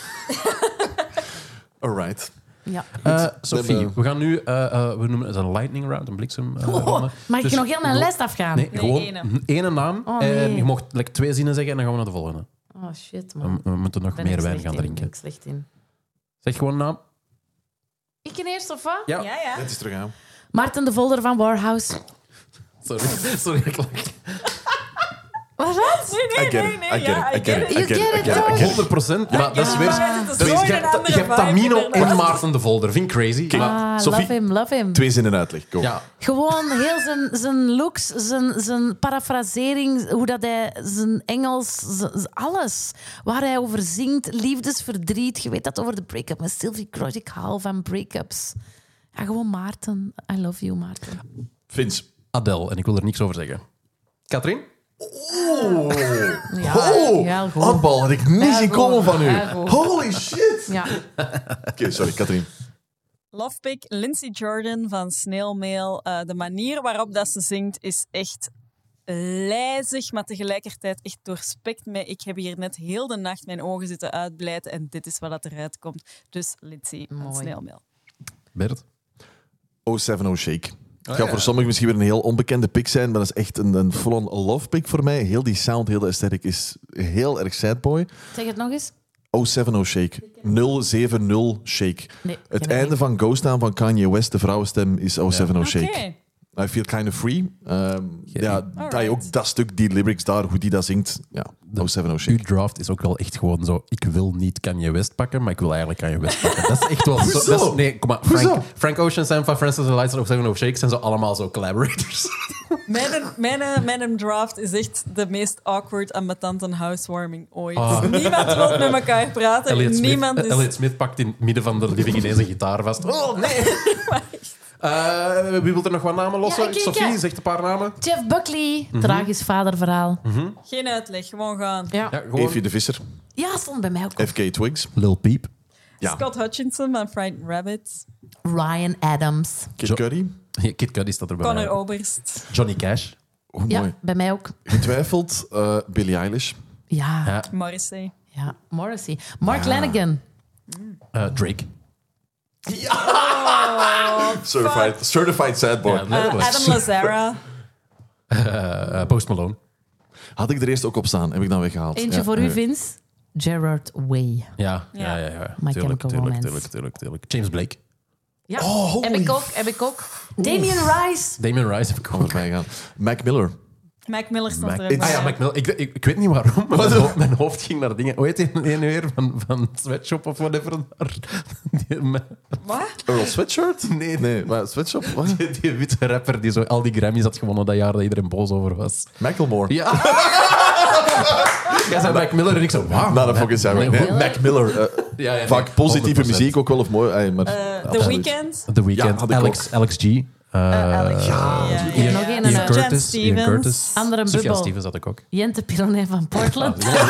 Alright.
Ja.
Uh, Sophie,
hebben-
we gaan nu... uh, uh, we noemen het een lightning round, een bliksem. Uh,
Oh,
ronde.
mag ik
Dus
nog heel mijn
we-
lijst afgaan?
Nee,
Nee,
gewoon
ene.
ene naam.
Oh, nee.
En je mocht like, twee zinnen zeggen en dan gaan we naar de volgende.
Oh shit,
We,
man.
we moeten nog
Ben
meer
ik
wijn
slecht
gaan
in,
drinken.
ben ik slecht in.
Zeg gewoon een naam.
Ik in eerst of wat?
Ja.
Ja, ja.
Het is terug aan.
Maarten de Volder van Warhouse.
Sorry. Sorry, ik lach.
Wat was dat?
Nee,
I
nee,
get it,
nee,
I
nee.
get
Ja,
it, I get it, I
You
get it,
get
I
it,
get it, I
toch?
get it.
honderd procent. Maar dat is weer...
maar het is
dat is-
zo'n
je hebt,
andere
je hebt
vibe
Tamino
inderdaad.
en Maarten de Volder. Vind ik crazy. Maar-
Ah,
Sophie,
love him, love him.
Twee zinnen uitleg. Go.
ja,
Gewoon heel zijn, zijn looks, zijn, zijn parafrasering, hoe dat hij zijn Engels, z- z- alles. Waar hij over zingt, liefdesverdriet. Je weet dat over de break-up met Sylvie Croix. Ik hou van break-ups. Ja, gewoon Maarten. I love you, Maarten.
Vince.
Adele. En ik wil er niks over zeggen. Katrien?
Ja,
Oh,
ja, goed.
handbal had ik niet
Ja,
zien
goed.
komen van u.
Ja, goed.
Holy shit.
Ja.
Oké, sorry, Katrien.
Lovepick, Lindsay Jordan van Snail Mail. Uh, de manier waarop dat ze zingt is echt lijzig, maar tegelijkertijd echt doorspekt met ik heb hier net heel de nacht mijn ogen zitten uitblijten en dit is wat dat eruit komt. Dus Lindsay van
Mooi.
Snail Mail.
Bert?
oh zeven oh Shake. Het
Oh,
gaat
ja.
voor sommigen misschien weer een heel onbekende pick zijn, maar dat is echt een, een full-on love pick voor mij. Heel die sound, heel de aesthetic is heel erg sad boy.
Zeg het nog eens.
oh zeven oh Shake. nul zeven nul Shake.
Nee,
Het
ken ik
einde
niet.
van Ghost Town van Kanye West, de vrouwenstem, is oh zeven oh
Oké.
Shake. I feel kind of free. Um, ja, dat,
Alright.
ook dat stuk, die lyrics daar, hoe die dat zingt. Ja, oh zeven oh
Uw
Shake.
draft is ook wel echt gewoon zo... Ik wil niet Kanye West pakken, maar ik wil eigenlijk Kanye West pakken. Dat is echt wel zo...
Hoezo?
Dat is, nee, kom maar.
Hoezo?
Frank, Frank Ocean, Sam van Francis and the Lights en oh zeven oh Shake zijn zo allemaal zo collaborators.
Mijn, mijn, mijn draft is echt de meest awkward ambetante housewarming ooit.
Ah.
Niemand wil met elkaar praten.
Elliot Smith,
Niemand is...
Elliot Smith pakt in het midden van de living ineens een gitaar vast. Oh, nee. Uh, wie wil er nog wat namen lossen?
Ja, ik- ik-
Sophie,
ja.
zegt een paar namen.
Jeff Buckley, tragisch vaderverhaal.
Geen uitleg, gewoon gaan.
Ja.
Ja, gewoon
Evie de Visser,
ja, stond bij mij ook op.
F K Twigs,
Lil Peep.
ja.
Scott Hutchinson van Frightened Rabbits.
Ryan Adams.
Kid
Jo-
Cudi.
Ja, Kid Cudi staat er bij
Connor
mij.
Oberst.
Johnny Cash.
Oh,
Ja,
mooi.
bij mij ook.
Getwijfeld, uh, Billie Eilish.
Ja, ja.
Ja.
Morrissey.
Morrissey. Mark Lanigan.
Uh, Drake.
Certified, certified sad boy.
Ja,
Uh,
letterlijk.
Adam Lazzara.
Uh, uh, Post Malone.
Had ik er eerst ook op staan, heb ik dan weggehaald.
Eentje
Ja.
voor u,
Ja.
Vince. Gerard Way.
Ja, ja,
Ja.
ja. ja.
My
Tuurlijk,
Chemical
tuurlijk,
Romance.
tuurlijk, tuurlijk, tuurlijk. James Blake.
Ja,
Oh, holy
heb ik ook. Heb ik ook. Damien Rice.
Damien Rice heb ik
Kan
ook.
voorbij gaan. Mac Miller.
Mac Miller stond
Mac-
er.
ah ja, Mac Miller. Ik, ik, ik weet niet waarom, maar mijn hoofd, mijn hoofd ging naar dingen. Hoe heet die een weer van, van Sweatshop of whatever? Die,
Wat?
Earl Sweatshirt?
nee,
Nee, maar Sweatshop? Wat?
die, die witte rapper die zo al die Grammys had gewonnen dat jaar dat iedereen boos over was.
Macklemore.
Ja. Jij zei Mac Miller en ik zo, wauw.
Nou, dat fucking zijn we.
Nee,
Nee, Mac Miller. eh,
Ja, ja, nee,
vaak positieve
honderd procent.
muziek, ook wel of mooi. Ey, maar,
Uh, The
absoluut.
Weeknd.
The Weeknd,
Ja, had ik
Alex, Alex G. Uh,
Alex. Ja.
Ik heb nog één.
Ian
eh,
Curtis.
Jan
Ian
Stevens.
Curtis.
Andere
Sufjan
bubbel.
Stevens had ik ook.
Jente Pironet van Portland. Ja,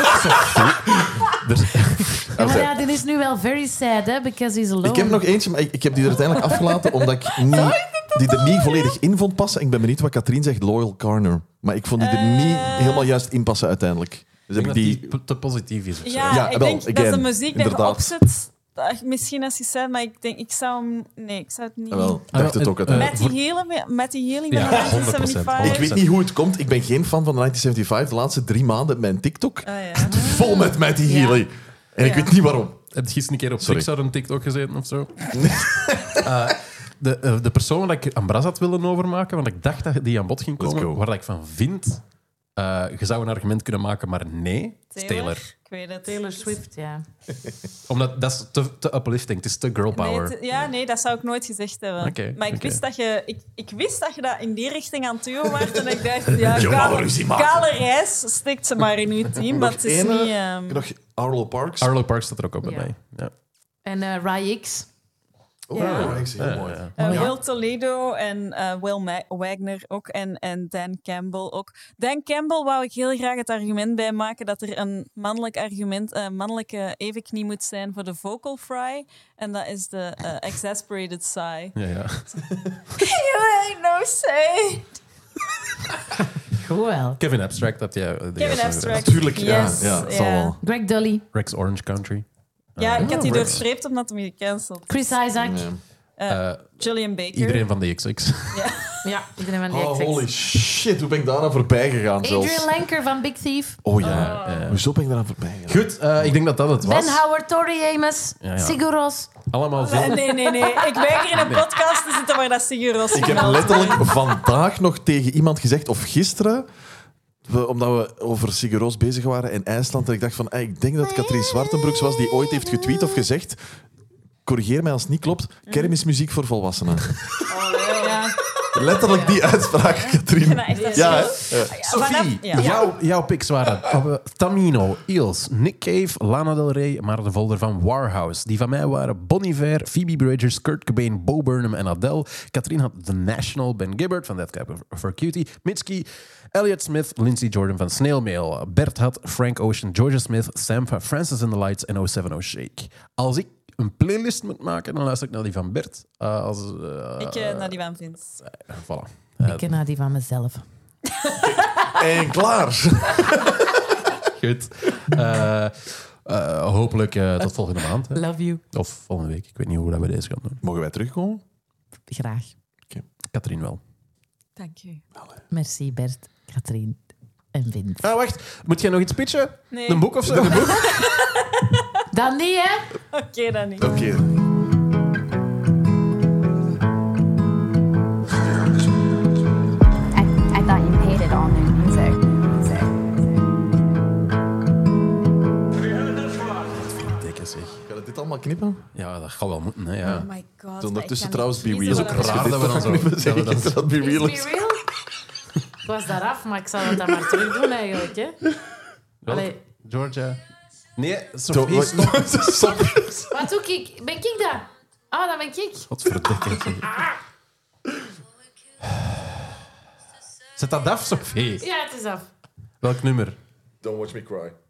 maar ja, die is nu wel very sad, hè, because he's alone.
Ik heb nog eentje, maar ik, ik heb die er uiteindelijk afgelaten omdat ik niet, die er niet volledig in vond passen. Ik ben benieuwd wat Katrien zegt, Loyal Carner. Maar ik vond die er niet helemaal juist in passen uiteindelijk. Dus
Ik
heb
denk
ik
dat
die...
die te positief is. Of zo.
Ja,
Ja,
ik
wel,
denk dat
again,
de muziek
inderdaad.
erop zit. Dat- Misschien als hij zei, maar ik denk, ik zou hem... Nee, ik zou het niet...
Ah, wel, ik dacht het ook
Eh,
uiteindelijk.
Met die hele, met die hele
Ja,
van
honderd procent.
negentien
Ik weet niet hoe het komt. Ik ben geen fan van de negentien zevenenzeventig. De laatste drie maanden mijn TikTok
Ah, ja.
vol met Matty Healy. En ik
Ja.
weet niet waarom.
Heb je gisteren een keer op
Sorry.
Pixar een TikTok gezeten of zo? Eh, de, eh, de persoon waar ik Ambras had willen overmaken, want ik dacht dat die aan bod ging
Let's
komen,
go.
waar ik van vind, eh, je zou een argument kunnen maken, maar nee, het is Taylor.
Ik weet het.
Taylor Swift, ja.
Omdat dat is te, te uplifting, het is te girl
Nee,
power.
het- ja, nee, dat zou ik nooit gezegd hebben.
Oké,
maar ik,
oké.
wist dat je, ik, ik wist dat je dat in die richting aan het duwen was. En ik dacht, ja,
Je wou
kale,
ruzie maken.
kale reis, stikt ze maar in uw team. Maar het is
ene-
niet... ehm,
Nog Arlo Parks.
Arlo Parks staat er ook op bij
Ja.
mij. Ja.
En eh Rai X.
Oh,
Ja.
ja. Ik zie heel mooi.
Uh,
Oh, ja.
Will Toledo en uh, Will Ma- Wagner ook. En, en Dan Campbell ook. Dan Campbell wou ik heel graag het argument bij maken dat er een mannelijk argument, een mannelijke evenknie moet zijn voor de vocal fry. En dat is de uh, exasperated sigh.
Ja, ja.
You ain't no say.
Goed wel.
Kevin Abstract had jij. eh, die
Kevin
had-
Abstract.
Tuurlijk, ja.
Yes,
ja, het zal
ja.
wel.
Greg Dully.
Rex Orange Country.
Ja, ik had die
Rex.
doorstreept omdat hij me gecanceld.
Chris Isaac.
Ja.
Uh,
Eh,
Gillian Baker.
Iedereen van de X X.
Ja.
Ja, iedereen van die
Oh,
X X.
holy shit, hoe ben ik daar nou voorbij gegaan zelfs?
Adrian Lanker van Big Thief.
Oh ja, hoezo ben ik daar aan voorbij gegaan?
Goed, eh, ik denk dat dat het was.
Ben Howard, Tori Amos,
Ja, ja.
Sigur Rós.
Allemaal veel.
Nee, nee, nee. Ik weiger in een podcast te zitten waar dat Sigur Rós
Ik heb
gemeld
letterlijk
wordt.
vandaag nog tegen iemand gezegd, of gisteren, we- omdat we over Sigur Rós bezig waren in IJsland, en ik dacht van, ey, ik denk dat het Katrien Zwartenbroeks was die ooit heeft getweet of gezegd, corrigeer mij als het niet klopt, kermismuziek voor volwassenen.
Ja.
Letterlijk die uitspraak, Katrien.
Nou, echt, dat is
Ja,
heel-
hè?
Ja,
Sophie,
vanaf- ja.
jouw, jouw picks waren eh, Tamino, Eels, Nick Cave, Lana Del Rey, maar de folder van Warhouse. Die van mij waren Bon Iver, Phoebe Bridgers, Kurt Cobain, Bo Burnham en Adele. Katrien had The National, Ben Gibbard van That Guy for Cutie, Mitski, Elliot Smith, Lindsay Jordan van Snail Mail, Bert had Frank Ocean, Georgia Smith, Sampha, Francis and the Lights en oh seven oh Shake. Als ik een playlist moet maken, dan luister ik naar die van Bert. Uh, als, uh,
Ik uh, naar die van Vince.
Voilà.
Ik ken naar die van mezelf.
En klaar.
Goed. Uh, uh, hopelijk uh, tot volgende maand. Hè.
Love you.
Of volgende week. Ik weet niet hoe dat we deze gaan doen.
Mogen wij terugkomen?
Graag.
Katrien wel.
Dank u.
Merci Bert, Katrien en Vince.
Ah, wacht. Moet jij nog iets pitchen?
Nee.
Een boek of zo? Een boek?
Dan niet, hè?
Oké, dan niet.
Oké.
I, I thought you hated all new music. music.
Dikke zeg.
Ga je dit allemaal knippen?
Ja, dat gaat wel moeten. Hè, ja.
Oh my god.
Ondertussen
maar ik
trouwens
kan
Be
niet
Real.
kiezen
ook
wat
raar
ik-
dat we dan zo-
Knippen, zeg
dat we
ik
dan
dat Be Real is.
Be real? Ik was daar af, maar ik zal het dan maar terug doen eigenlijk. Hè. Allee,
Georgia. Nee,
Toch,
Sophie,
wat-
stop. Stop.
wat doe ik? Ben ik dat? Ah, dat ben ik.
Godverdikke. Zet dat af, Sophie.
Ja, het is af.
Welk nummer?
Don't watch me cry.